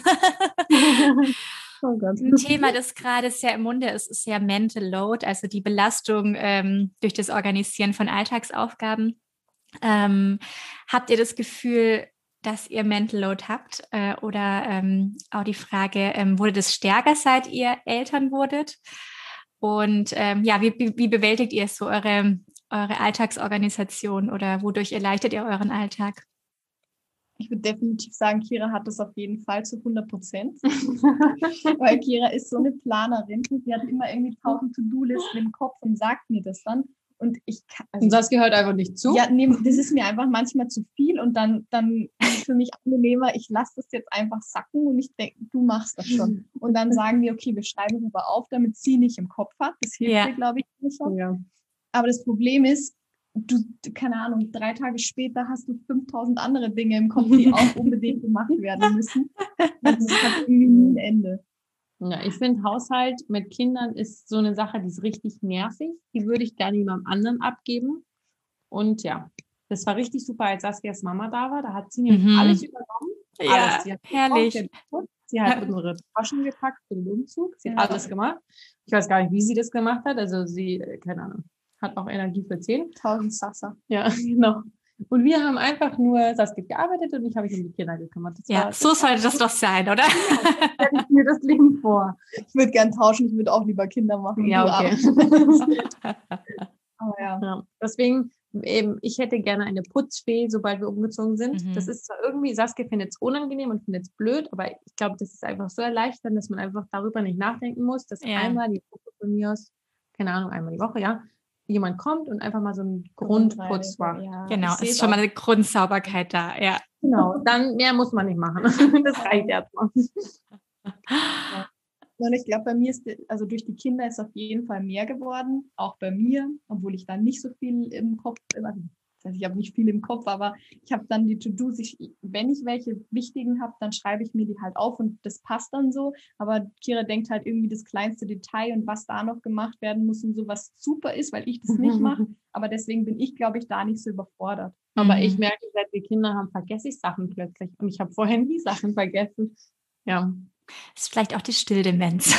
Oh Gott. Ein Thema, das gerade sehr im Munde ist, ist ja Mental Load, also die Belastung durch das Organisieren von Alltagsaufgaben. Habt ihr das Gefühl, dass ihr Mental Load habt? Oder auch die Frage, wurde das stärker, seit ihr Eltern wurdet? Und wie bewältigt ihr es so, eure Alltagsorganisation, oder wodurch erleichtert ihr euren Alltag? Ich würde definitiv sagen, Kira hat das auf jeden Fall zu 100%. Weil Kira ist so eine Planerin. Sie hat immer irgendwie 1000 To-Do-Listen im Kopf und sagt mir das dann. Und und das gehört einfach nicht zu? Ja, nee, das ist mir einfach manchmal zu viel und dann ist es für mich angenehmer, ich lasse das jetzt einfach sacken und ich denke, du machst das schon. Und dann sagen wir, okay, wir schreiben es aber auf, damit sie nicht im Kopf hat. Das hilft dir, glaube ich, schon. Ja. Aber das Problem ist, du, keine Ahnung, 3 Tage später hast du 5000 andere Dinge im Kopf, die auch unbedingt gemacht werden müssen. Also es hat irgendwie nie ein Ende. Ja, ich finde, Haushalt mit Kindern ist so eine Sache, die ist richtig nervig. Die würde ich gar niemandem anderen abgeben. Und ja, das war richtig super, als Saskias Mama da war. Da hat sie nämlich alles übernommen. Ja, alles. Sie hat herrlich. Sie hat unsere Taschen gepackt für den Umzug. Sie hat alles gemacht. Ich weiß gar nicht, wie sie das gemacht hat. Also sie, keine Ahnung, hat auch Energie für 10. 1000 Sasa. Ja, genau. Und wir haben einfach nur Saskia gearbeitet und ich habe mich um die Kinder gekümmert. So sollte das doch sein, oder? Ja, stelle ich mir das Leben vor. Ich würde gern tauschen, ich würde auch lieber Kinder machen. Ja, okay. Aber ja. Deswegen, ich hätte gerne eine Putzfee, sobald wir umgezogen sind. Das ist zwar irgendwie, Saskia findet es unangenehm und findet es blöd, aber ich glaube, das ist einfach so erleichternd, dass man einfach darüber nicht nachdenken muss, dass einmal die Woche von mir aus, keine Ahnung, einmal die Woche, jemand kommt und einfach mal so einen Grundputz macht. Ja, genau, es ist schon mal eine Grundsauberkeit da, ja. Genau, dann mehr muss man nicht machen. Das reicht erstmal. Ja. Und ich glaube, bei mir also durch die Kinder ist auf jeden Fall mehr geworden, auch bei mir, obwohl ich da nicht so viel im Kopf, ich habe nicht viel im Kopf, aber ich habe dann die To-Dos, wenn ich welche wichtigen habe, dann schreibe ich mir die halt auf und das passt dann so, aber Kira denkt halt irgendwie das kleinste Detail und was da noch gemacht werden muss und so, was super ist, weil ich das nicht mache, aber deswegen bin ich, glaube ich, da nicht so überfordert. Aber ich merke, seit wir Kinder haben, vergesse ich Sachen plötzlich und ich habe vorher nie Sachen vergessen. Ja. Das ist vielleicht auch die Stilldemenz.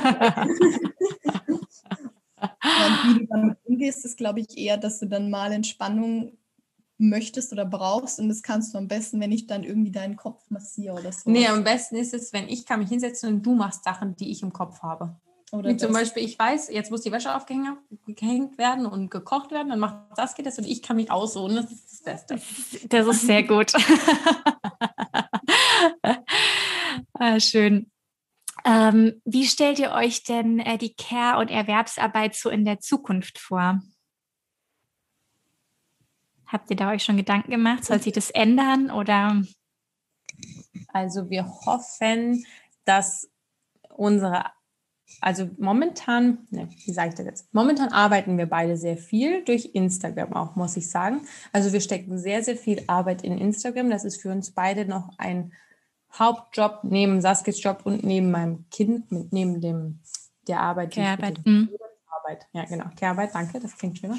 Und wie du damit umgehst, ist, glaube ich, eher, dass du dann mal Entspannung möchtest oder brauchst und das kannst du am besten, wenn ich dann irgendwie deinen Kopf massiere oder so. Nee, am besten ist es, wenn ich kann mich hinsetzen und du machst Sachen, die ich im Kopf habe. Oder wie zum Beispiel, ich weiß, jetzt muss die Wäsche aufgehängt werden und gekocht werden, dann macht Saskia das und ich kann mich ausruhen. Das ist das Beste. Das ist sehr gut. Schön. Wie stellt ihr euch denn die Care- und Erwerbsarbeit so in der Zukunft vor? Habt ihr da euch schon Gedanken gemacht? Soll sich das ändern oder? Also wir hoffen, dass momentan, wie sage ich das jetzt? Momentan arbeiten wir beide sehr viel durch Instagram auch, muss ich sagen. Also wir stecken sehr, sehr viel Arbeit in Instagram. Das ist für uns beide noch ein Hauptjob neben Saskis Job und neben meinem Kind, neben der Arbeit. Care-Arbeit. Ja, genau. Care-Arbeit, danke, das klingt schöner.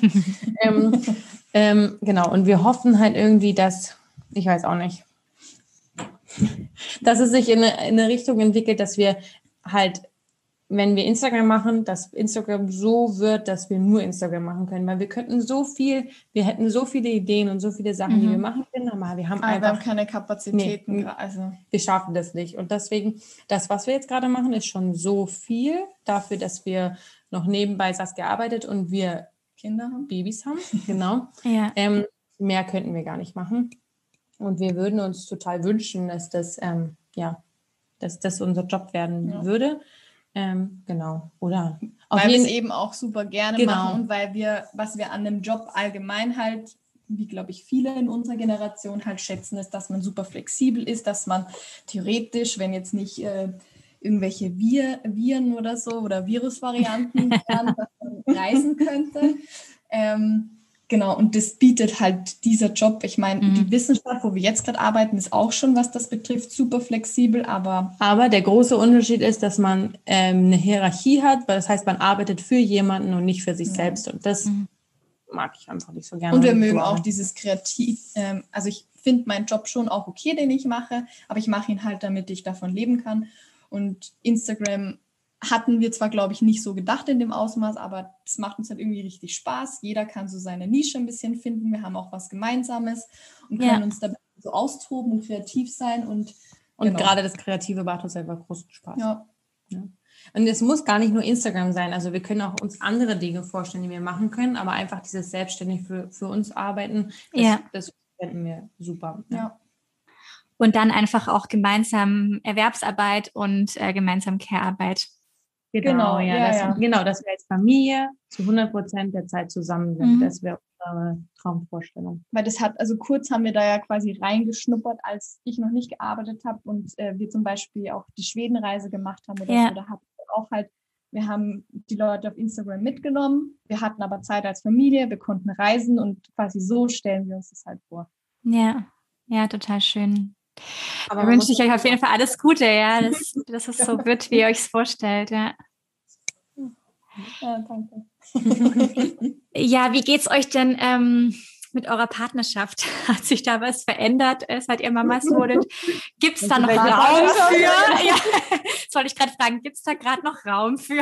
Genau, und wir hoffen halt irgendwie, dass, ich weiß auch nicht, dass es sich in eine Richtung entwickelt, dass wir halt, wenn wir Instagram machen, dass Instagram so wird, dass wir nur Instagram machen können, weil wir hätten so viele Ideen und so viele Sachen, die wir machen können, aber wir haben keine Kapazitäten. Nee, wir schaffen das nicht. Und deswegen, das, was wir jetzt gerade machen, ist schon so viel dafür, dass wir noch nebenbei Saskia arbeitet und wir Kinder haben. Babys haben. Genau. Ja. Mehr könnten wir gar nicht machen. Und wir würden uns total wünschen, dass das unser Job werden würde. Genau. Oder weil wir es eben auch super gerne machen und weil was wir an dem Job allgemein halt, wie glaube ich viele in unserer Generation halt schätzen, ist, dass man super flexibel ist, dass man theoretisch, wenn jetzt nicht irgendwelche Viren oder so oder Virusvarianten wären, dass man reisen könnte. Genau, und das bietet halt dieser Job. Ich meine, die Wissenschaft, wo wir jetzt gerade arbeiten, ist auch schon, was das betrifft, super flexibel, aber der große Unterschied ist, dass man eine Hierarchie hat, weil das heißt, man arbeitet für jemanden und nicht für sich selbst und das mag ich einfach nicht so gerne. Und wir mögen auch dieses Kreativ, also ich finde meinen Job schon auch okay, den ich mache, aber ich mache ihn halt, damit ich davon leben kann und Instagram hatten wir zwar, glaube ich, nicht so gedacht in dem Ausmaß, aber es macht uns halt irgendwie richtig Spaß. Jeder kann so seine Nische ein bisschen finden. Wir haben auch was Gemeinsames und können uns da so austoben und kreativ sein. Und gerade das Kreative macht uns einfach großen Spaß. Ja. Und es muss gar nicht nur Instagram sein. Also wir können auch uns andere Dinge vorstellen, die wir machen können, aber einfach dieses selbstständig für uns arbeiten, das finden wir super. Ja. Und dann einfach auch gemeinsam Erwerbsarbeit und gemeinsam Care-Arbeit. Genau, dass wir als Familie zu 100% der Zeit zusammen sind. Das wäre unsere Traumvorstellung. Weil kurz haben wir da ja quasi reingeschnuppert, als ich noch nicht gearbeitet habe und wir zum Beispiel auch die Schwedenreise gemacht haben oder so. Da hatten wir auch wir haben die Leute auf Instagram mitgenommen, wir hatten aber Zeit als Familie, wir konnten reisen und quasi so stellen wir uns das halt vor. Ja, total schön. Aber da wünsche ich euch auf jeden Fall alles Gute, ja, dass es so wird, wie ihr euch es vorstellt, ja. Ja, danke. Ja, wie geht's euch denn mit eurer Partnerschaft? Hat sich da was verändert, seit ihr Mamas wurdet? Gibt es da noch Raum für? Ja, soll ich gerade fragen, gibt es da gerade noch Raum für?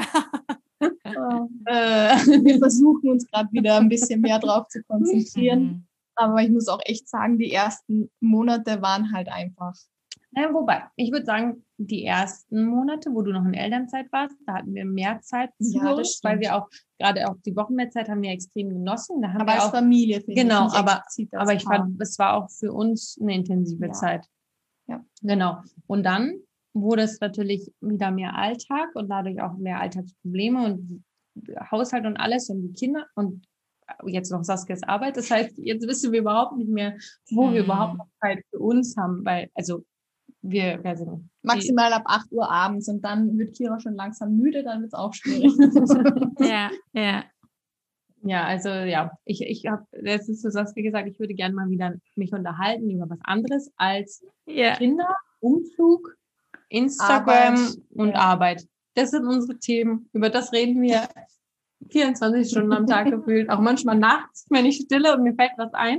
Wir versuchen uns gerade wieder ein bisschen mehr drauf zu konzentrieren. Aber ich muss auch echt sagen, die ersten Monate waren halt einfach. Naja, wobei, ich würde sagen, die ersten Monate, wo du noch in Elternzeit warst, da hatten wir mehr Zeit für uns, weil wir auch, gerade auch die Wochenbettzeit haben wir extrem genossen. Da haben aber wir als auch, Familie, finde ich. Genau, aber ich fand, es war auch für uns eine intensive Zeit. Ja. Genau. Und dann wurde es natürlich wieder mehr Alltag und dadurch auch mehr Alltagsprobleme und Haushalt und alles und die Kinder und jetzt noch Saskias Arbeit. Das heißt, jetzt wissen wir überhaupt nicht mehr, wo wir überhaupt noch Zeit für uns haben, weil, wir sind maximal ab 8 Uhr abends und dann wird Kira schon langsam müde, dann wird es auch schwierig. Ja. Ja, also ich habe letztens zu Saskia gesagt, ich würde gerne mal wieder mich unterhalten über was anderes als Kinder, Umzug, Instagram und Arbeit. Das sind unsere Themen, über das reden wir 24 Stunden am Tag gefühlt, auch manchmal nachts, wenn ich stille und mir fällt was ein.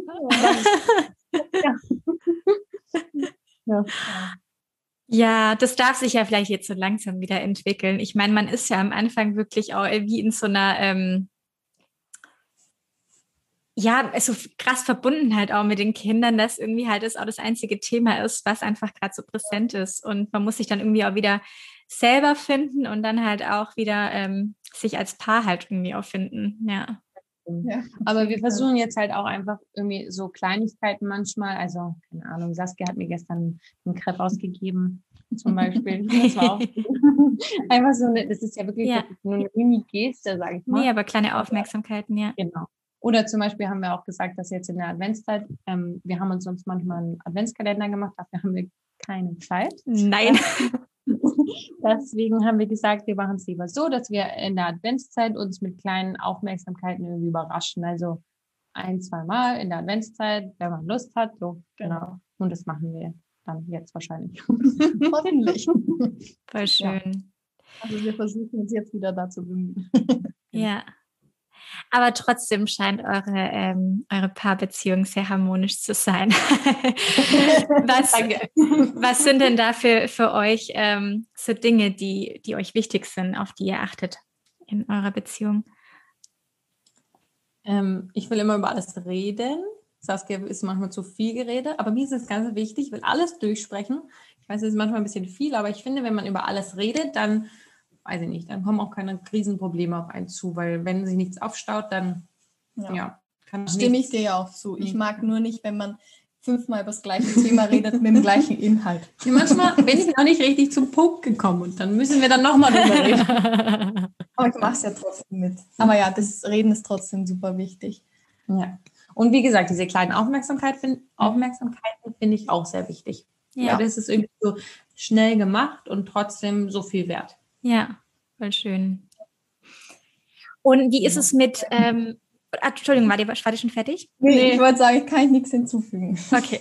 Ja, das darf sich ja vielleicht jetzt so langsam wieder entwickeln. Ich meine, man ist ja am Anfang wirklich auch wie in so einer, so krass verbunden halt auch mit den Kindern, dass irgendwie halt das auch das einzige Thema ist, was einfach gerade so präsent ist. Und man muss sich dann irgendwie auch wieder selber finden und dann halt auch wieder sich als Paar halt irgendwie auch finden, ja. Aber wir versuchen jetzt halt auch einfach irgendwie so Kleinigkeiten manchmal, also keine Ahnung, Saskia hat mir gestern einen Crepe ausgegeben zum Beispiel, das war auch einfach so das ist ja wirklich nur eine Mini-Geste, sage ich mal. Nee, aber kleine Aufmerksamkeiten, ja. Genau. Oder zum Beispiel haben wir auch gesagt, dass jetzt in der Adventszeit, wir haben uns sonst manchmal einen Adventskalender gemacht, dafür haben wir keine Zeit. Nein. Deswegen haben wir gesagt, wir machen es lieber so, dass wir in der Adventszeit uns mit kleinen Aufmerksamkeiten irgendwie überraschen. Also 1-2 Mal in der Adventszeit, wenn man Lust hat. So, genau. Und das machen wir dann jetzt wahrscheinlich. Hoffentlich. Voll schön. Ja. Also wir versuchen uns jetzt wieder dazu bemühen. Ja. Aber trotzdem scheint eure Paarbeziehung sehr harmonisch zu sein. Was sind denn da für euch so Dinge, die euch wichtig sind, auf die ihr achtet in eurer Beziehung? Ich will immer über alles reden. Saskia ist manchmal zu viel geredet, aber mir ist es ganz wichtig, ich will alles durchsprechen. Ich weiß, es ist manchmal ein bisschen viel, aber ich finde, wenn man über alles redet, dann weiß ich nicht, dann kommen auch keine Krisenprobleme auf einen zu, weil wenn sich nichts aufstaut, dann stimme ich dir ja auch zu. Ich mag nur nicht, wenn man 5-mal über das gleiche Thema redet mit dem gleichen Inhalt. Ja, manchmal bin ich noch nicht richtig zum Punkt gekommen und dann müssen wir dann nochmal drüber reden. Aber ich mache es ja trotzdem mit. Aber ja, das Reden ist trotzdem super wichtig. Ja. Und wie gesagt, diese kleinen Aufmerksamkeiten finde ich auch sehr wichtig. Ja, das ist irgendwie so schnell gemacht und trotzdem so viel wert. Ja, voll schön. Und wie ist es mit, Entschuldigung, war die schon fertig? Nee, ich wollte sagen, ich kann nichts hinzufügen. Okay.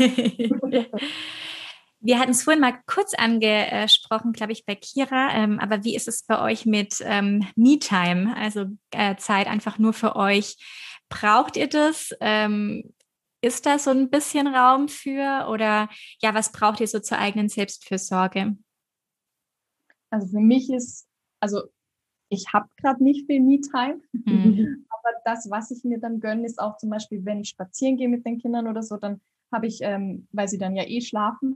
Wir hatten es vorhin mal kurz angesprochen, glaube ich, bei Kira, aber wie ist es bei euch mit Me-Time, also Zeit einfach nur für euch? Braucht ihr das? Ist da so ein bisschen Raum für oder was braucht ihr so zur eigenen Selbstfürsorge? Also für mich ich habe gerade nicht viel Me-Time, aber das, was ich mir dann gönne, ist auch zum Beispiel, wenn ich spazieren gehe mit den Kindern oder so, dann habe ich, weil sie dann ja schlafen,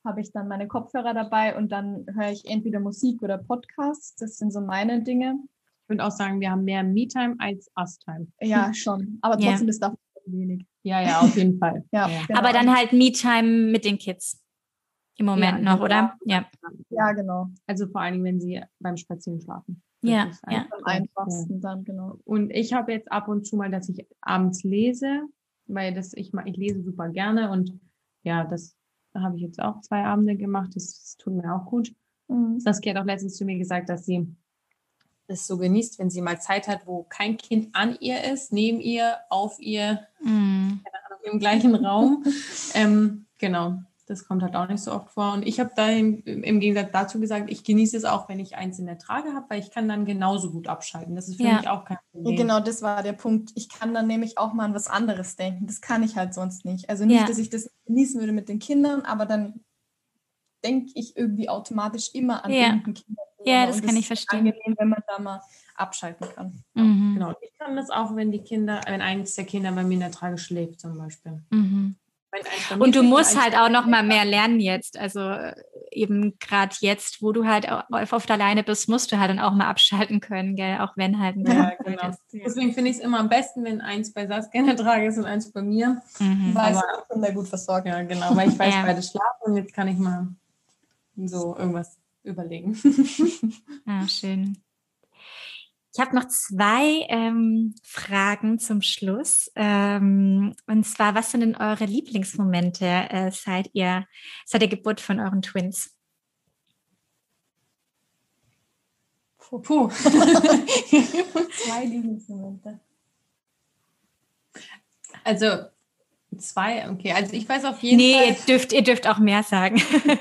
habe ich dann meine Kopfhörer dabei und dann höre ich entweder Musik oder Podcasts. Das sind so meine Dinge. Ich würde auch sagen, wir haben mehr Me-Time als Us-Time. Ja, schon. Aber trotzdem ist das wenig. Ja, auf jeden Fall. Ja, ja. Genau. Aber dann halt Me-Time mit den Kids im Moment noch, oder? Ja, genau. Also vor allen Dingen, wenn sie beim Spazieren schlafen. Das ist am einfachsten dann, genau. Und ich habe jetzt ab und zu mal, dass ich abends lese, weil ich lese super gerne und ja, das habe ich jetzt auch 2 Abende gemacht, das tut mir auch gut. Saskia hat auch letztens zu mir gesagt, dass sie das so genießt, wenn sie mal Zeit hat, wo kein Kind an ihr ist, neben ihr, auf ihr, keine Ahnung, im gleichen Raum. Genau, das kommt halt auch nicht so oft vor. Und ich habe da im Gegensatz dazu gesagt, ich genieße es auch, wenn ich eins in der Trage habe, weil ich kann dann genauso gut abschalten. Das ist für mich auch kein Problem. Ja, genau, das war der Punkt. Ich kann dann nämlich auch mal an was anderes denken. Das kann ich halt sonst nicht. Also nicht, dass ich das genießen würde mit den Kindern, aber dann denke ich irgendwie automatisch immer an irgendein Kind. Ja, das kann ich verstehen. Es ist angenehm, wenn man da mal abschalten kann. Genau. Ich kann das auch, wenn eins der Kinder bei mir in der Trage schläft zum Beispiel. Und du musst halt auch noch mal mehr lernen jetzt. Also eben gerade jetzt, wo du halt oft alleine bist, musst du halt dann auch mal abschalten können, gell? Auch wenn halt ein genau. Ist. Deswegen finde ich es immer am besten, wenn eins bei Saskia in der Trage ist und eins bei mir. Weil ich bin da gut versorgt. Ja, genau, weil ich weiß, beide schlafen und jetzt kann ich mal so irgendwas überlegen. Schön. Ich habe noch 2 Fragen zum Schluss. Und zwar, was sind denn eure Lieblingsmomente seit der Geburt von euren Twins? Puh. 2 Lieblingsmomente. Also 2, okay. Also ich weiß auf jeden Fall... Nee, ihr dürft auch mehr sagen.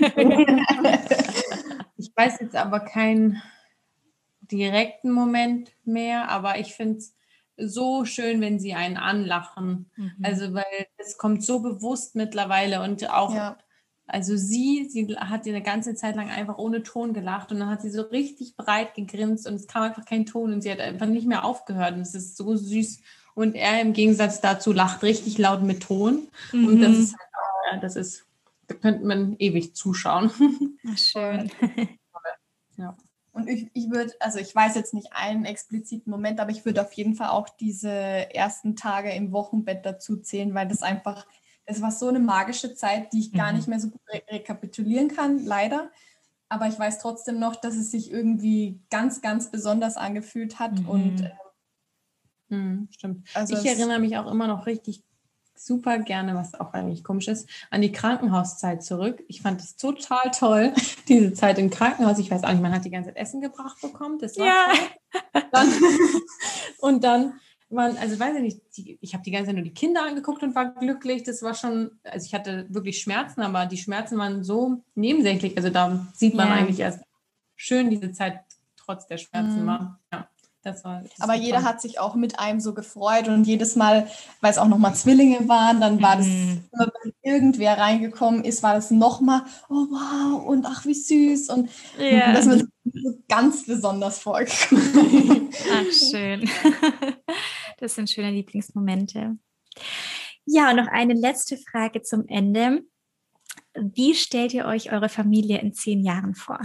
Ich weiß jetzt aber keinen direkten Moment mehr, aber ich finde es so schön, wenn sie einen anlachen. Also weil es kommt so bewusst mittlerweile und auch, also sie hat eine ganze Zeit lang einfach ohne Ton gelacht und dann hat sie so richtig breit gegrinst und es kam einfach kein Ton und sie hat einfach nicht mehr aufgehört und es ist so süß und er im Gegensatz dazu lacht richtig laut mit Ton und das ist halt, da könnte man ewig zuschauen. Ach, schön. Ja. Und ich würde, also ich weiß jetzt nicht einen expliziten Moment, aber ich würde auf jeden Fall auch diese ersten Tage im Wochenbett dazu zählen, weil das war so eine magische Zeit, die ich gar nicht mehr so gut rekapitulieren kann, leider. Aber ich weiß trotzdem noch, dass es sich irgendwie ganz, ganz besonders angefühlt hat. Und stimmt. Also ich erinnere mich auch immer noch richtig super gerne, was auch eigentlich komisch ist, an die Krankenhauszeit zurück. Ich fand es total toll, diese Zeit im Krankenhaus. Ich weiß auch nicht, man hat die ganze Zeit Essen gebracht bekommen. Das war toll. Und dann also weiß ich nicht, ich habe die ganze Zeit nur die Kinder angeguckt und war glücklich. Das war schon, also ich hatte wirklich Schmerzen, aber die Schmerzen waren so nebensächlich. Also da sieht man eigentlich erst schön diese Zeit trotz der Schmerzen war. Ja. Aber jeder hat sich auch mit einem so gefreut und jedes Mal, weil es auch nochmal Zwillinge waren, dann war das, wenn irgendwer reingekommen ist, war das nochmal, oh wow, und ach wie süß und das wird so ganz besonders vorgekommen. Ach, schön. Das sind schöne Lieblingsmomente. Ja, und noch eine letzte Frage zum Ende. Wie stellt ihr euch eure Familie in 10 Jahren vor?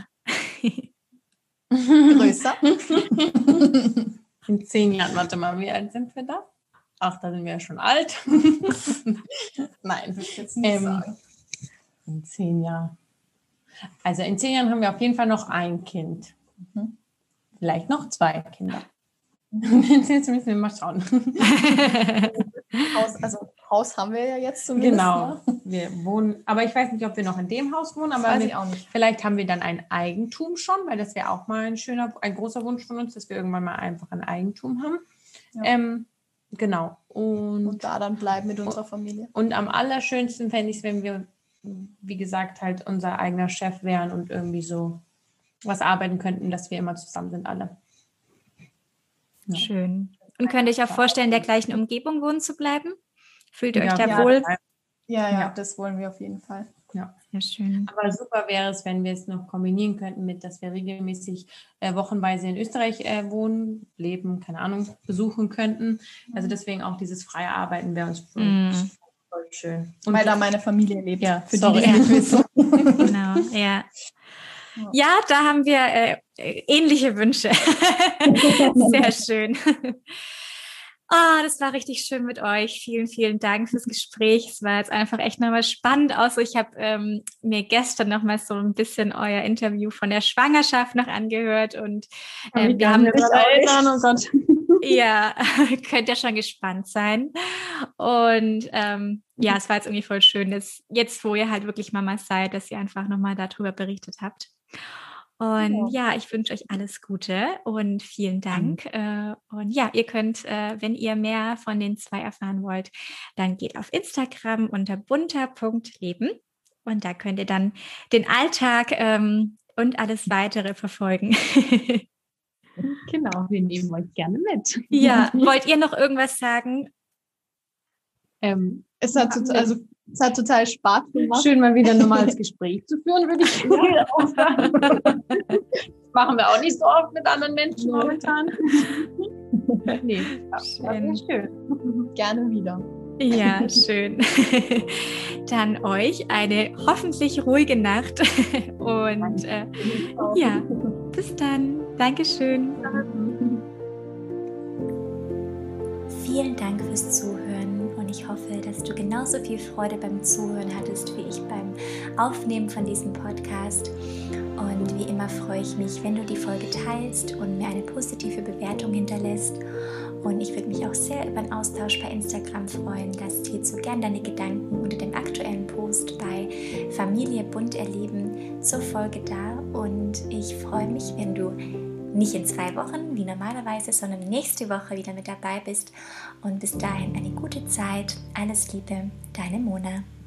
Größer. In 10 Jahren, warte mal, wie alt sind wir da? Ach, da sind wir ja schon alt. Nein, würde ich jetzt nicht sagen. In 10 Jahren. Also in 10 Jahren haben wir auf jeden Fall noch ein Kind. Vielleicht noch 2 Kinder. Jetzt müssen wir mal schauen. Haus haben wir ja jetzt zumindest. Genau, wir wohnen, aber ich weiß nicht, ob wir noch in dem Haus wohnen, aber vielleicht haben wir dann ein Eigentum schon, weil das wäre auch mal ein großer Wunsch von uns, dass wir irgendwann mal einfach ein Eigentum haben. Ja. Genau. Und da dann bleiben mit unserer Familie. Und am allerschönsten fände ich es, wenn wir, wie gesagt, halt unser eigener Chef wären und irgendwie so was arbeiten könnten, dass wir immer zusammen sind, alle. Ja. Schön. Und könnt ihr euch auch vorstellen, in der gleichen Umgebung wohnen zu bleiben? Fühlt ihr euch da wohl? Ja, das wollen wir auf jeden Fall. Ja. Sehr schön. Aber super wäre es, wenn wir es noch kombinieren könnten mit, dass wir regelmäßig wochenweise in Österreich wohnen, leben, keine Ahnung, besuchen könnten. Also deswegen auch dieses freie Arbeiten wäre uns Voll schön. Und weil da meine Familie lebt. Ja, für sorry. Genau, ja. Ja, da haben wir ähnliche Wünsche. Sehr schön. Das war richtig schön mit euch. Vielen, vielen Dank fürs Gespräch. Es war jetzt einfach echt nochmal spannend. Also ich habe mir gestern nochmal so ein bisschen euer Interview von der Schwangerschaft noch angehört und wir haben erinnern, oh Gott. Ja, könnt ihr schon gespannt sein. Und ja, es war jetzt irgendwie voll schön, dass jetzt, wo ihr halt wirklich Mama seid, dass ihr einfach nochmal darüber berichtet habt. Und ja, ich wünsche euch alles Gute und vielen Dank. Und ja, ihr könnt, wenn ihr mehr von den zwei erfahren wollt, dann geht auf Instagram unter bunter.leben und da könnt ihr dann den Alltag und alles weitere verfolgen. Genau, wir nehmen euch gerne mit. Ja, wollt ihr noch irgendwas sagen? Es hat total Spaß gemacht. Schön, mal wieder ein normales Gespräch zu führen, würde ich auch sagen. Das machen wir auch nicht so oft mit anderen Menschen momentan. Nee, schön. Gerne wieder. Ja, schön. Dann euch eine hoffentlich ruhige Nacht und ja, bis dann. Dankeschön. Vielen Dank fürs Zuhören und ich hoffe, dass du genauso viel Freude beim Zuhören hattest wie ich beim Aufnehmen von diesem Podcast. Und wie immer freue ich mich, wenn du die Folge teilst und mir eine positive Bewertung hinterlässt. Und ich würde mich auch sehr über einen Austausch bei Instagram freuen. Lass hierzu gerne deine Gedanken unter dem aktuellen Post bei Familie bunt erleben zur Folge da. Und ich freue mich, wenn du nicht in 2 Wochen wie normalerweise, sondern nächste Woche wieder mit dabei bist. Und bis dahin eine gute Zeit. Alles Liebe, deine Mona.